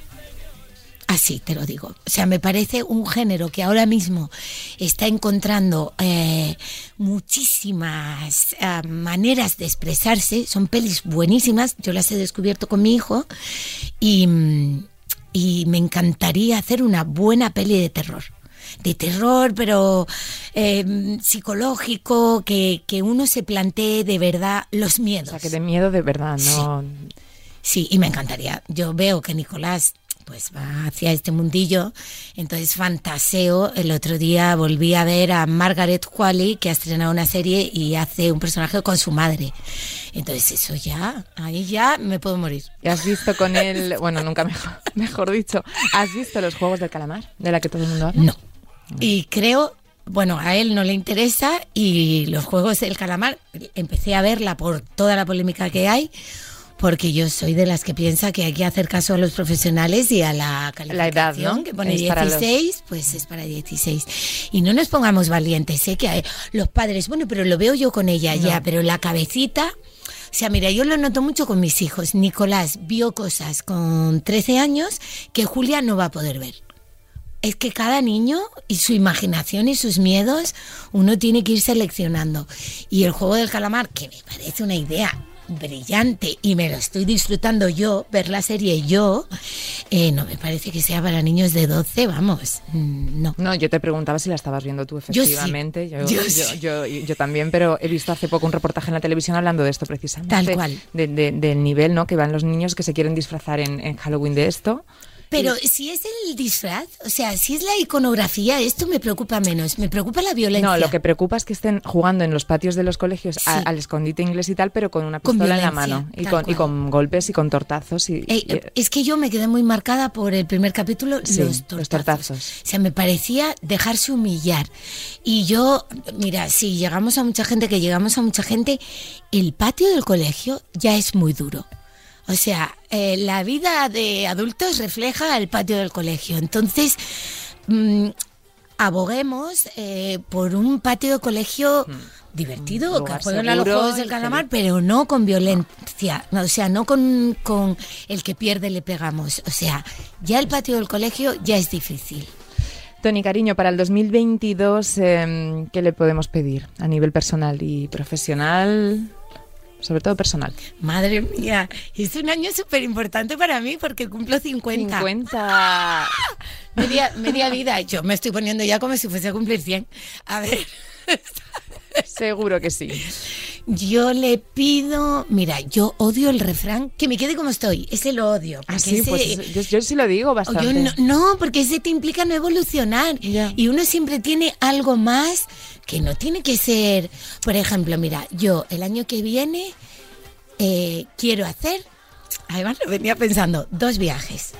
Así te lo digo. O sea, me parece un género que ahora mismo está encontrando eh, muchísimas eh, maneras de expresarse. Son pelis buenísimas. Yo las he descubierto con mi hijo y... Y me encantaría hacer una buena peli de terror. De terror, pero eh, psicológico, que, que uno se plantee de verdad los miedos. O sea, que de miedo de verdad, ¿no? Sí, y me encantaría. Yo veo que Nicolás pues va hacia este mundillo, entonces fantaseo. El otro día volví a ver a Margaret Qualley, que ha estrenado una serie y hace un personaje con su madre. Entonces eso ya, ahí ya me puedo morir. ¿Y has visto con él, bueno, nunca mejor, mejor dicho, has visto los Juegos del Calamar, de la que todo el mundo habla? No. Y creo, bueno, a él no le interesa, y los Juegos del Calamar, empecé a verla por toda la polémica que hay, porque yo soy de las que piensa que hay que hacer caso a los profesionales y a la calificación, La edad, ¿no? que pone Es para los- dieciséis, pues es para dieciséis. Y no nos pongamos valientes, sé que hay los padres, bueno, pero lo veo yo con ella No. ya, pero la cabecita... O sea, mira, yo lo noto mucho con mis hijos. Nicolás vio cosas con trece años que Julia no va a poder ver. Es que cada niño y su imaginación y sus miedos uno tiene que ir seleccionando. Y el Juego del Calamar, que me parece una idea brillante y me lo estoy disfrutando yo, ver la serie yo, eh, no me parece que sea para niños de doce, vamos, mm, no. No, yo te preguntaba si la estabas viendo tú, Yo sí. efectivamente. Yo, Yo yo, sí. yo, yo también, pero he visto hace poco un reportaje en la televisión hablando de esto precisamente. Tal cual. De, de- del nivel, ¿no? Que van los niños que se quieren disfrazar en, en Halloween de esto. Pero si es el disfraz, o sea, si es la iconografía, esto me preocupa menos, me preocupa la violencia. No, lo que preocupa es que estén jugando en los patios de los colegios a- Sí. al escondite inglés y tal, pero con una Con pistola en la violencia, mano y tal con, y cual. con golpes y con tortazos. Y, Eh, y- es que yo me quedé muy marcada por el primer capítulo, Sí, los, los tortazos. tortazos. O sea, me parecía dejarse humillar. Y yo, mira, si llegamos a mucha gente, que llegamos a mucha gente, el patio del colegio ya es muy duro. O sea, eh, la vida de adultos refleja el patio del colegio. Entonces, mm, aboguemos eh, por un patio de colegio divertido, Un lugar que jueguen a los seguro Juegos del y Calamar, feliz. pero no con violencia. No, o sea, no con, con el que pierde le pegamos. O sea, ya el patio del colegio ya es difícil. Toni, cariño, para el dos mil veintidós, eh, ¿qué le podemos pedir a nivel personal y profesional? Sobre todo personal. Madre mía, es un año súper importante para mí porque cumplo cincuenta. cincuenta. Media, media vida. Yo me estoy poniendo ya como si fuese a cumplir cien. A ver, Seguro que sí. yo le pido... Mira, yo odio el refrán. Que me quede como estoy. Ese lo odio. porque Así, ese- pues yo, yo sí lo digo o bastante. yo no, no, porque ese te implica no evolucionar. Ya. Y uno siempre tiene algo más que no tiene que ser... Por ejemplo, mira, yo el año que viene eh, quiero hacer... Además lo venía pensando, dos viajes.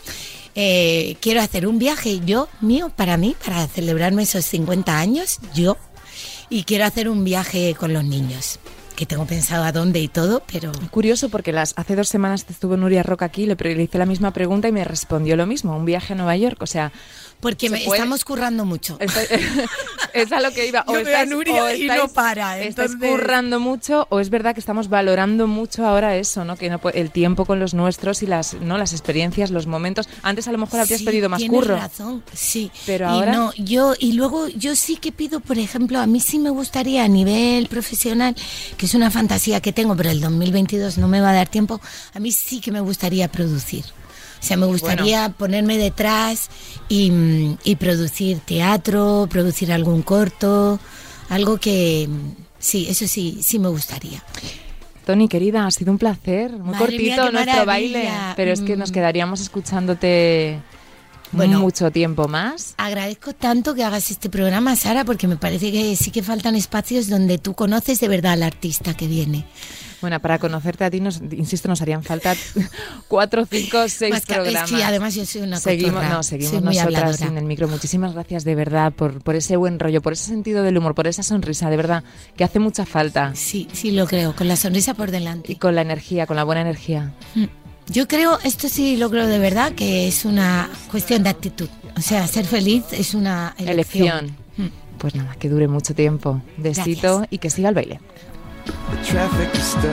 Eh, quiero hacer un viaje yo, mío, para mí, para celebrarme esos cincuenta años, yo. Y quiero hacer un viaje con los niños. que tengo pensado a dónde y todo, pero... Curioso porque las hace dos semanas estuvo Nuria Roca aquí, le, le hice la misma pregunta y me respondió lo mismo, un viaje a Nueva York, o sea... Porque me, estamos currando mucho. Estoy, es a lo que iba. O Yo estás, veo a Nuria o y estáis, no para. Estáis Entonces... currando mucho o es verdad que estamos valorando mucho ahora eso, ¿no? Que no, el tiempo con los nuestros y las no las experiencias, los momentos. Antes a lo mejor habrías sí, pedido más tienes curro. razón, sí. Pero y ahora... No, yo, y luego yo sí que pido, por ejemplo, a mí sí me gustaría a nivel profesional, que es una fantasía que tengo, pero el dos mil veintidós no me va a dar tiempo, a mí sí que me gustaría producir. O sea, me gustaría bueno. ponerme detrás y, y producir teatro, producir algún corto, algo que, sí, eso sí, sí me gustaría. Toni, querida, ha sido un placer, muy Madre cortito mía, nuestro maravilla. baile, pero es que nos quedaríamos escuchándote bueno, mucho tiempo más. Agradezco tanto que hagas este programa, Sara, porque me parece que sí que faltan espacios donde tú conoces de verdad al artista que viene. Bueno, para conocerte a ti, nos, insisto, nos harían falta cuatro, cinco, seis Más que, programas. Es que además yo soy una seguimos, cotorra. No, seguimos soy nosotras en el micro. Muchísimas gracias de verdad por, por ese buen rollo, por ese sentido del humor, por esa sonrisa, de verdad, que hace mucha falta. Sí, sí lo creo, con la sonrisa por delante. Y con la energía, con la buena energía. Yo creo, esto sí lo creo de verdad, que es una cuestión de actitud. O sea, ser feliz es una elección. elección. Pues nada, que dure mucho tiempo. Besito gracias. Y que siga el baile. The traffic is stuck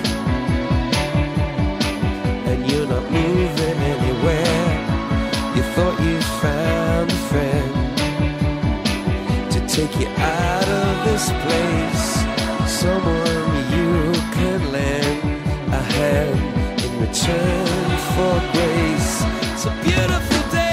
and you're not moving anywhere. You thought you found a friend to take you out of this place, someone you could lend a hand in return for grace. It's a beautiful day.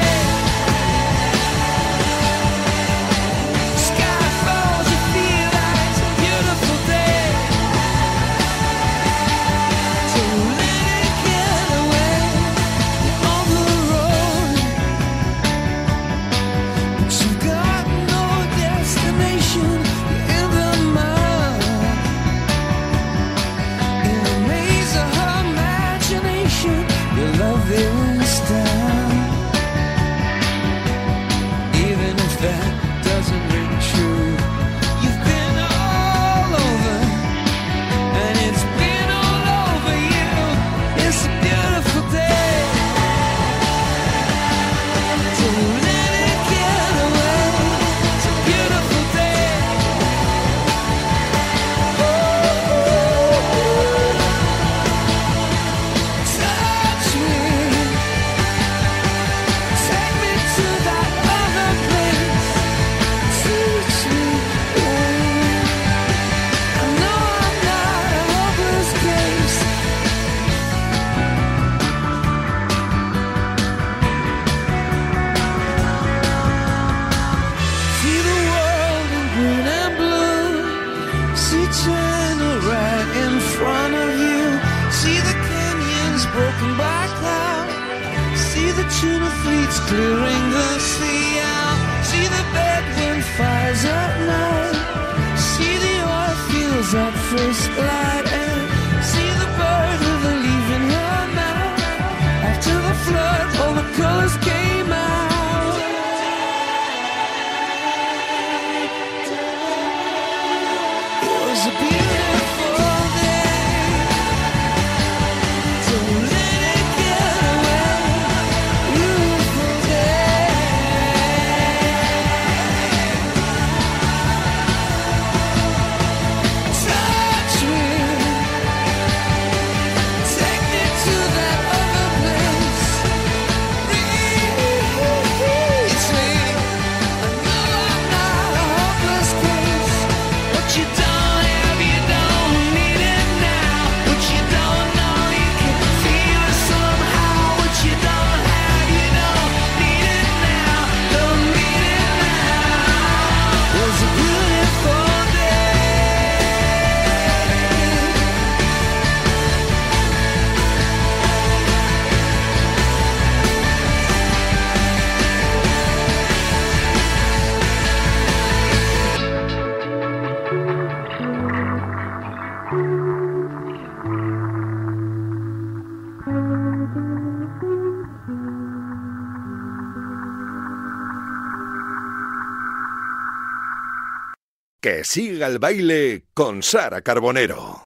Clearing the sea out. See the bedroom fires at night. See the oil fields at first light. And see the bird with a leaf in her mouth. After the flood, all the colors came out. It was a beautiful day. Don't let it get away. Beautiful day. Touch me. Take me to that other place. Reach me. I know I'm not a hopeless case. What you don't have, you don't Que siga el baile con Sara Carbonero.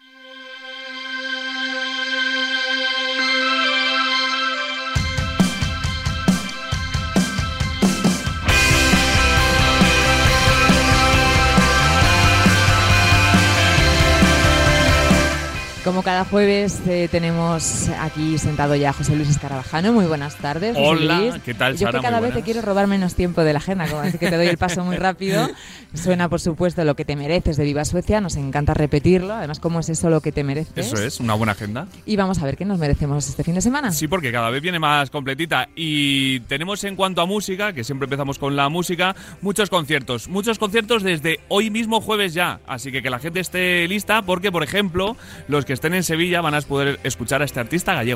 Como cada jueves eh, tenemos aquí sentado ya a José Luis Escarabajano. Muy buenas tardes, José Hola, Luis. ¿qué tal, Yo Sara? que cada Muy vez te buenas. quiero robar menos tiempo de la agenda, como así que te doy el paso muy rápido. Suena, por supuesto, Lo que te mereces de Viva Suecia. Nos encanta repetirlo. Además, ¿cómo es eso lo que te mereces? Eso es, una buena agenda. Y vamos a ver qué nos merecemos este fin de semana. Sí, porque cada vez viene más completita. Y tenemos en cuanto a música, que siempre empezamos con la música, muchos conciertos. Muchos conciertos desde hoy mismo jueves ya. Así que que la gente esté lista porque, por ejemplo, los que estén en Sevilla van a poder escuchar a este artista gallego.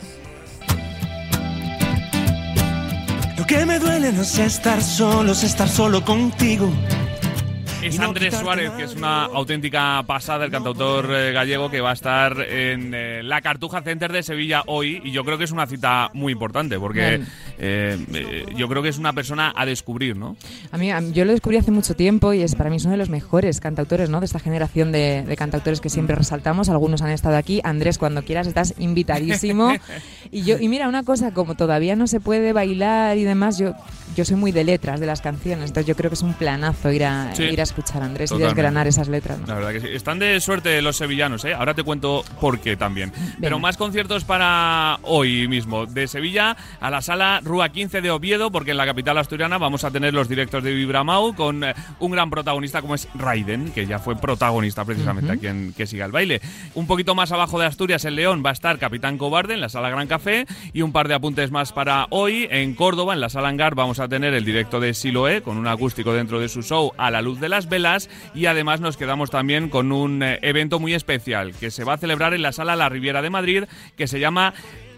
Lo que me duele no es estar solo, es estar solo contigo. Es Andrés Suárez, que es una auténtica pasada, el cantautor eh, gallego, que va a estar en eh, la Cartuja Center de Sevilla hoy, y yo creo que es una cita muy importante, porque eh, eh, yo creo que es una persona a descubrir, ¿no? A mí, a mí- yo lo descubrí hace mucho tiempo y es para mí es uno de los mejores cantautores, ¿no? De esta generación de, de cantautores que siempre resaltamos. Algunos han estado aquí. Andrés, cuando quieras estás invitadísimo. y yo y mira, una cosa, como todavía no se puede bailar y demás, yo yo soy muy de letras de las canciones, entonces yo creo que es un planazo ir a, Sí. ir a escuchar a Andrés Totalmente. y desgranar esas letras, ¿no? La verdad que sí. Están de suerte los sevillanos, ¿eh? Ahora te cuento por qué también. Pero más conciertos para hoy mismo. De Sevilla a la sala Rúa quince de Oviedo, porque en la capital asturiana vamos a tener los directos de Vibramau con eh, un gran protagonista como es Raiden, que ya fue protagonista precisamente Ujú. aquí en Que Siga el Baile. Un poquito más abajo de Asturias, en León, va a estar Capitán Cobarde en la sala Gran Café. Y un par de apuntes más para hoy. En Córdoba, en la sala Hangar, vamos a tener el directo de Siloé con un acústico dentro de su show A la luz de las velas. Y además nos quedamos también con un eh, evento muy especial que se va a celebrar en la sala La Riviera de Madrid, que se llama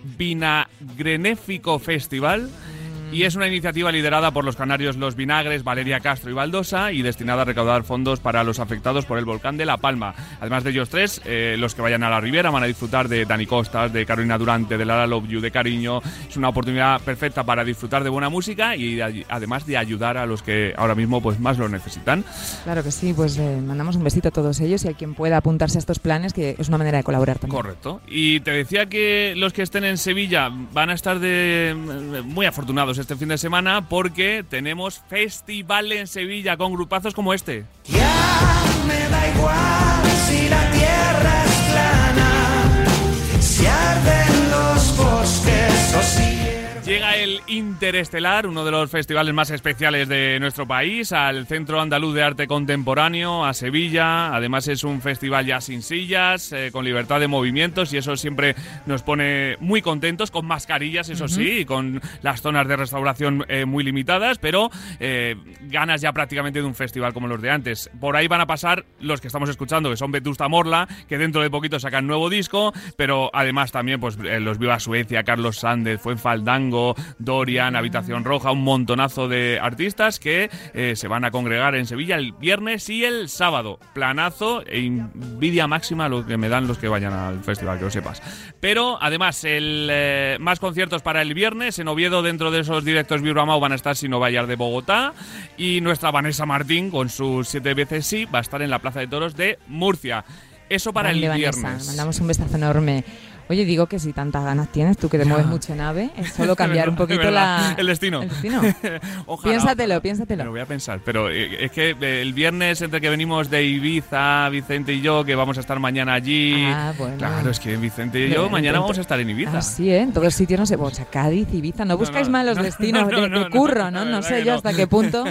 Vinagrenéfico Festival. Y es una iniciativa liderada por los canarios Los Vinagres, Valeria Castro y Baldosa, y destinada a recaudar fondos para los afectados por el volcán de La Palma. Además de ellos tres, eh, los que vayan a la Riviera van a disfrutar de Dani Costas, de Carolina Durante, de Lara Love You, de Cariño. Es una oportunidad perfecta para disfrutar de buena música y de- además de ayudar a los que ahora mismo pues más lo necesitan. Claro que sí, pues eh, mandamos un besito a todos ellos y a quien pueda apuntarse a estos planes, que es una manera de colaborar también. Correcto. Y te decía que los que estén en Sevilla van a estar de muy afortunados este fin de semana, porque tenemos festival en Sevilla con grupazos como este. Ya me da igual si la tierra es plana, si arden los bosques o si... Llega el Interestelar, uno de los festivales más especiales de nuestro país, al Centro Andaluz de Arte Contemporáneo, a Sevilla. Además es un festival ya sin sillas, eh, con libertad de movimientos, y eso siempre nos pone muy contentos, con mascarillas, eso sí, y con las zonas de restauración eh, muy limitadas, pero eh, ganas ya prácticamente de un festival como los de antes. Por ahí van a pasar los que estamos escuchando, que son Vetusta Morla, que dentro de poquito sacan nuevo disco, pero además también pues eh, los Viva Suecia, Carlos Sández, Fuenfaldango, Dorian, Habitación Roja, un montonazo de artistas que eh, se van a congregar en Sevilla el viernes y el sábado. Planazo e envidia máxima lo que me dan los que vayan al festival, que lo sepas. Pero además, el eh, más conciertos para el viernes. En Oviedo, dentro de esos directos Vibramau, van a estar Sino Bayar de Bogotá, y nuestra Vanessa Martín, con sus siete veces sí, va a estar en la Plaza de Toros de Murcia. Eso para Grande, el Vanessa, viernes. mandamos un besazo enorme. Oye, digo que si tantas ganas tienes, tú que te mueves mucho en AVE, es solo cambiar un poquito la... El destino. El destino. Ojalá, Piénsatelo, ojalá. piénsatelo. Me lo voy a pensar, pero eh, es que eh, el viernes, entre que venimos de Ibiza, Vicente y yo, que vamos a estar mañana allí. Ah, bueno. Claro, es que Vicente y yo Bien, mañana entonces- vamos a estar en Ibiza. Ah, sí, ¿eh? En todos los sitios, no sé, o sea, Cádiz, Ibiza, no buscáis no, mal los no, destinos no, no, de, de no, curro, no, ¿no? la No verdad sé que yo no. hasta qué punto.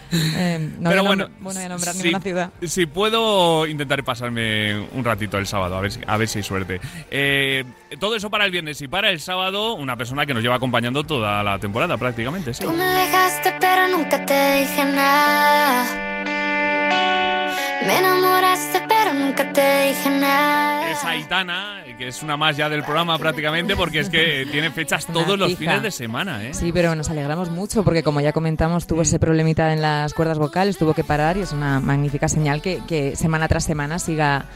Eh, no, Pero voy a bueno, nombr- bueno, voy a nombrar si, ninguna ciudad. si puedo, intentaré pasarme un ratito el sábado, a ver, si- a ver si hay suerte. Eh, todo eso para el viernes, y para el sábado, una persona que nos lleva acompañando toda la temporada prácticamente, sí. Tú me dejaste pero nunca te dije nada. Me enamoraste pero nunca te dije nada. Es Aitana, que es una más ya del programa prácticamente, porque es que tiene fechas Una todos los fija. fines de semana, ¿eh? Sí, pero nos alegramos mucho porque, como ya comentamos, tuvo ese problemita en las cuerdas vocales, tuvo que parar, y es una magnífica señal que, que semana tras semana siga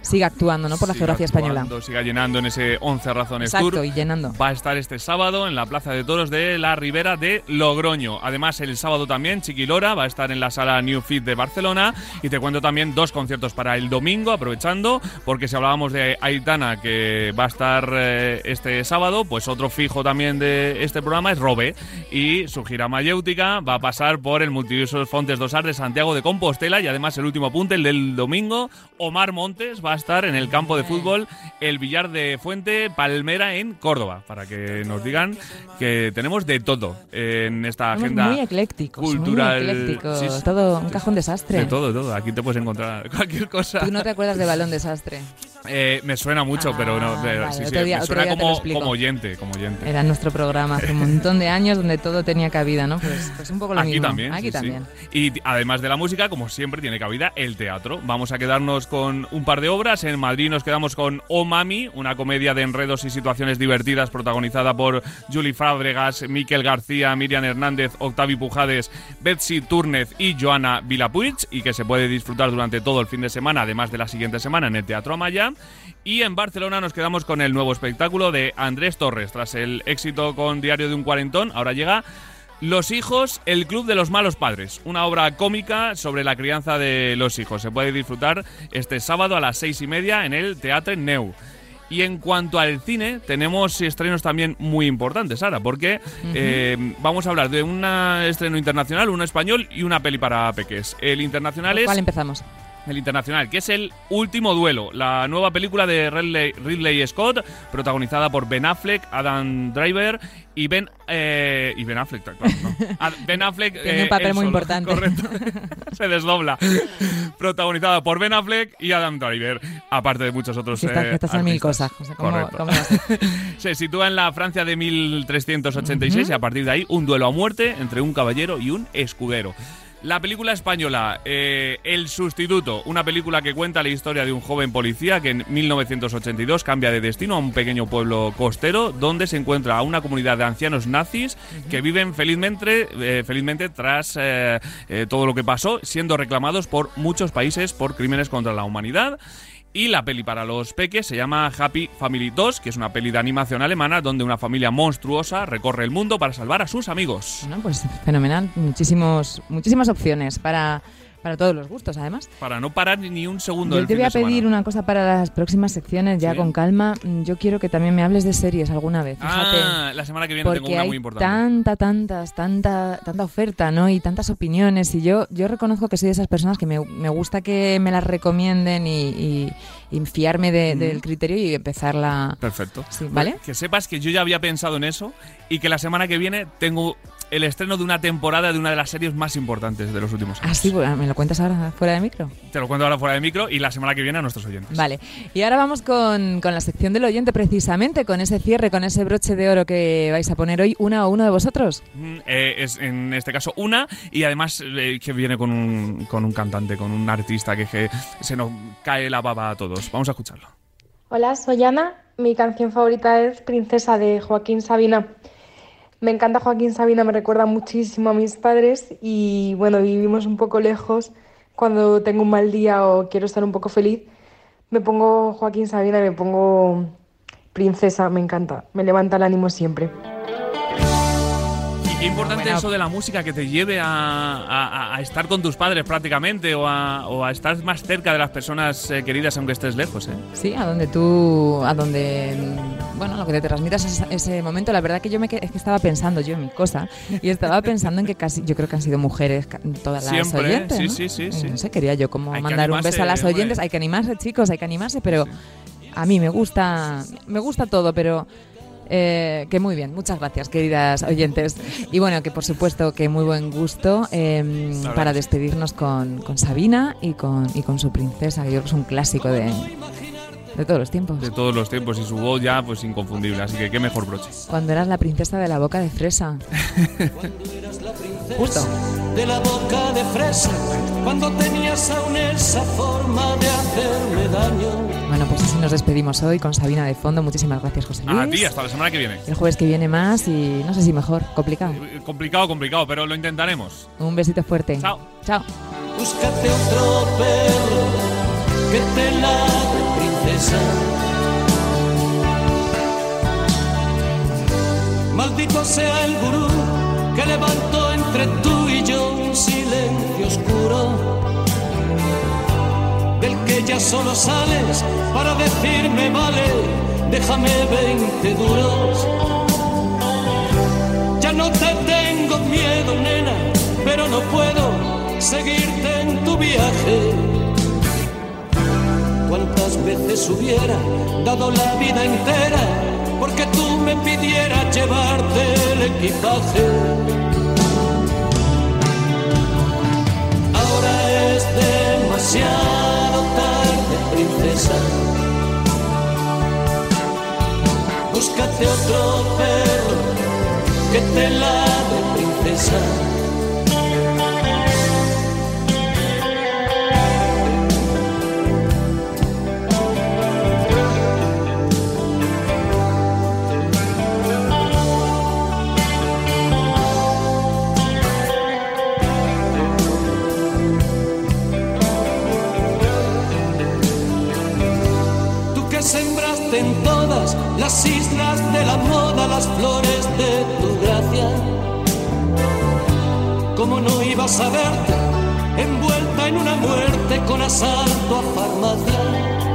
siga actuando, ¿no? Por la siga geografía actuando, española. Siga llenando en ese once Razones Exacto, Tour. y llenando. Va a estar este sábado en la Plaza de Toros de la Ribera de Logroño. Además, el sábado también Chiqui Lora va a estar en la sala New Fit de Barcelona. Y te cuento también dos conciertos para el domingo, aprovechando, porque si hablábamos de Aitana, que va a estar eh, este sábado, pues otro fijo también de este programa es Robe. Y su gira mayéutica va a pasar por el Multiusos Fontes dos Arts de Santiago de Compostela. Y además, el último apunte, el del domingo, Omar Montes va a estar en el campo de fútbol El Villar de Fuente Palmera en Córdoba, para que nos digan que tenemos de todo en esta Somos agenda muy eclécticos, cultural. muy eclécticos. Sí, sí. Todo un cajón desastre. De todo, de todo. Aquí te puedes encontrar cualquier cosa. Tú no te acuerdas de Balón Desastre. Eh, me suena mucho, Ah, pero no. Pero, vale, sí, sí, otro día- me otro suena día te lo como, explico. como oyente, como oyente. Era nuestro programa hace un montón de años donde todo tenía cabida, ¿no? Pues, pues un poco lo Aquí mismo. también. Aquí sí, también. sí. Y t- además de la música, como siempre, tiene cabida el teatro. Vamos a quedarnos con un par de obras. En Madrid nos quedamos con Oh Mami, una comedia de enredos y situaciones divertidas protagonizada por Juli Fábregas, Miquel García, Miriam Hernández, Octavi Pujades, Betsy Túrnez y Joana Vilapuig, y que se puede disfrutar durante todo el fin de semana, además de la siguiente semana en el Teatro Amaya. Y en Barcelona nos quedamos con el nuevo espectáculo de Andrés Torres. Tras el éxito con Diario de un Cuarentón, ahora llega Los hijos, el club de los malos padres, una obra cómica sobre la crianza de los hijos. Se puede disfrutar este sábado a las seis y media en el Teatre Neu. Y en cuanto al cine, tenemos estrenos también muy importantes, Sara, porque uh-huh. eh, vamos a hablar de un estreno internacional, uno español y una peli para peques. El internacional es... ¿Cuál empezamos? El internacional, que es El último duelo, la nueva película de Ridley, Ridley Scott, protagonizada por Ben Affleck, Adam Driver y Ben eh, y Ben Affleck, claro, no. Ben Affleck tiene eh, un papel muy solo, importante. Correcto. Se desdobla. Protagonizada por Ben Affleck y Adam Driver, aparte de muchos otros. Que estás, eh, que estás en mil cosas, José. ¿Cómo, Correcto. ¿cómo vas? Se sitúa en la Francia de mil trescientos ochenta y seis uh-huh. y a partir de ahí un duelo a muerte entre un caballero y un escudero. La película española, eh, El sustituto, una película que cuenta la historia de un joven policía que en mil novecientos ochenta y dos cambia de destino a un pequeño pueblo costero donde se encuentra a una comunidad de ancianos nazis uh-huh. que viven felizmente, eh, felizmente tras eh, eh, todo lo que pasó, siendo reclamados por muchos países por crímenes contra la humanidad. Y la peli para los peques se llama Happy Family dos, que es una peli de animación alemana donde una familia monstruosa recorre el mundo para salvar a sus amigos. Bueno, pues fenomenal. Muchísimos, muchísimas opciones para, para todos los gustos, además. Para no parar ni un segundo Yo del te fin voy a de semana. pedir una cosa para las próximas secciones, ya ¿Sí? con calma. Yo quiero que también me hables de series alguna vez, fíjate. Ah, la semana que viene tengo porque una hay muy importante. tanta, tantas, tanta, tanta oferta, ¿no? Y tantas opiniones. Y yo, yo reconozco que soy de esas personas que me, me gusta que me las recomienden y, y, y fiarme de, mm. del criterio y empezarla. Perfecto. Sí, ¿vale? Que sepas que yo ya había pensado en eso y que la semana que viene tengo el estreno de una temporada de una de las series más importantes de los últimos años. Ah, sí, bueno, ¿me lo cuentas ahora fuera de micro? Te lo cuento ahora fuera de micro y la semana que viene a nuestros oyentes. Vale. Y ahora vamos con, con la sección del oyente, precisamente, con ese cierre, con ese broche de oro que vais a poner hoy, una o uno de vosotros. Mm, eh, es en este caso una, y además eh, que viene con un, con un cantante, con un artista que, que se nos cae la baba a todos. Vamos a escucharlo. Hola, soy Ana. Mi canción favorita es Princesa, de Joaquín Sabina. Me encanta Joaquín Sabina, me recuerda muchísimo a mis padres y bueno, vivimos un poco lejos. Cuando tengo un mal día o quiero estar un poco feliz, me pongo Joaquín Sabina y me pongo Princesa, me encanta, me levanta el ánimo siempre. Qué importante Bueno, eso de la música, que te lleve a, a, a estar con tus padres prácticamente o a, o a estar más cerca de las personas eh, queridas aunque estés lejos, ¿eh? Sí, a donde tú, a donde, bueno, lo que te transmitas ese, ese momento. La verdad que yo me es que estaba pensando yo en mi cosa y estaba pensando en que casi, yo creo que han sido mujeres todas las Siempre, oyentes, sí, ¿no? sí, sí, sí. No sé, quería yo como Hay que mandar un animarse, beso a las oyentes. hombre. Hay que animarse, chicos, hay que animarse, pero a mí me gusta, me gusta todo, pero... Eh, que muy bien, muchas gracias, queridas oyentes. Y bueno, que por supuesto que muy buen gusto eh, para despedirnos con, con Sabina y con, y con su Princesa, que yo creo que es un clásico de, de todos los tiempos. De todos los tiempos, y su voz ya pues inconfundible, así que qué mejor broche. Cuando eras la princesa de la boca de fresa. Justo. De la boca de fresa, cuando tenías aún esa forma de hacerme daño. Bueno, pues así nos despedimos hoy con Sabina de fondo. Muchísimas gracias, José Luis. A ti, hasta la semana que viene. El jueves que viene más y no sé si mejor, complicado. Complicado, complicado, pero lo intentaremos. Un besito fuerte. Chao. Chao. Búscate otro perro que te ladre ya solo sales para decirme vale, déjame veinte duros. Ya no te tengo miedo, nena, pero no puedo seguirte en tu viaje. Cuántas veces hubiera dado la vida entera porque tú me pidieras llevarte el equipaje. Ahora es demasiado tarde, princesa. Búscate otro perro que te ladre, princesa. Sembraste en todas las islas de la moda las flores de tu gracia. ¿Cómo no ibas a verte envuelta en una muerte con asalto a farmacia?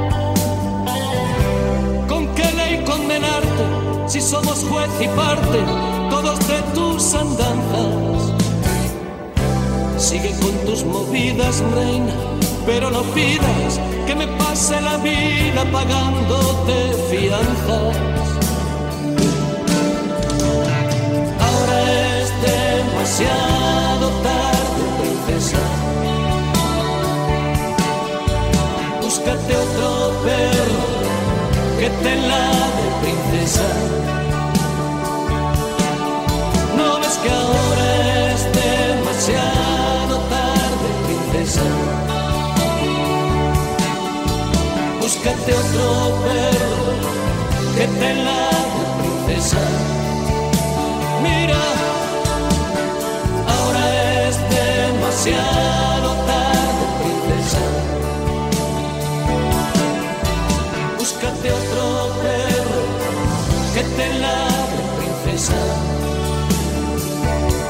¿Con qué ley condenarte si somos juez y parte todos de tus andanzas? Sigue con tus movidas, reina, pero no pidas que me pase la vida pagándote fianzas. Ahora es demasiado tarde, princesa. Búscate otro perro que te ladre, princesa. ¿No ves que ahora es demasiado tarde, princesa? Búscate otro perro que te ladre, princesa. Mira, ahora es demasiado tarde, princesa. Búscate otro perro que te ladre, princesa.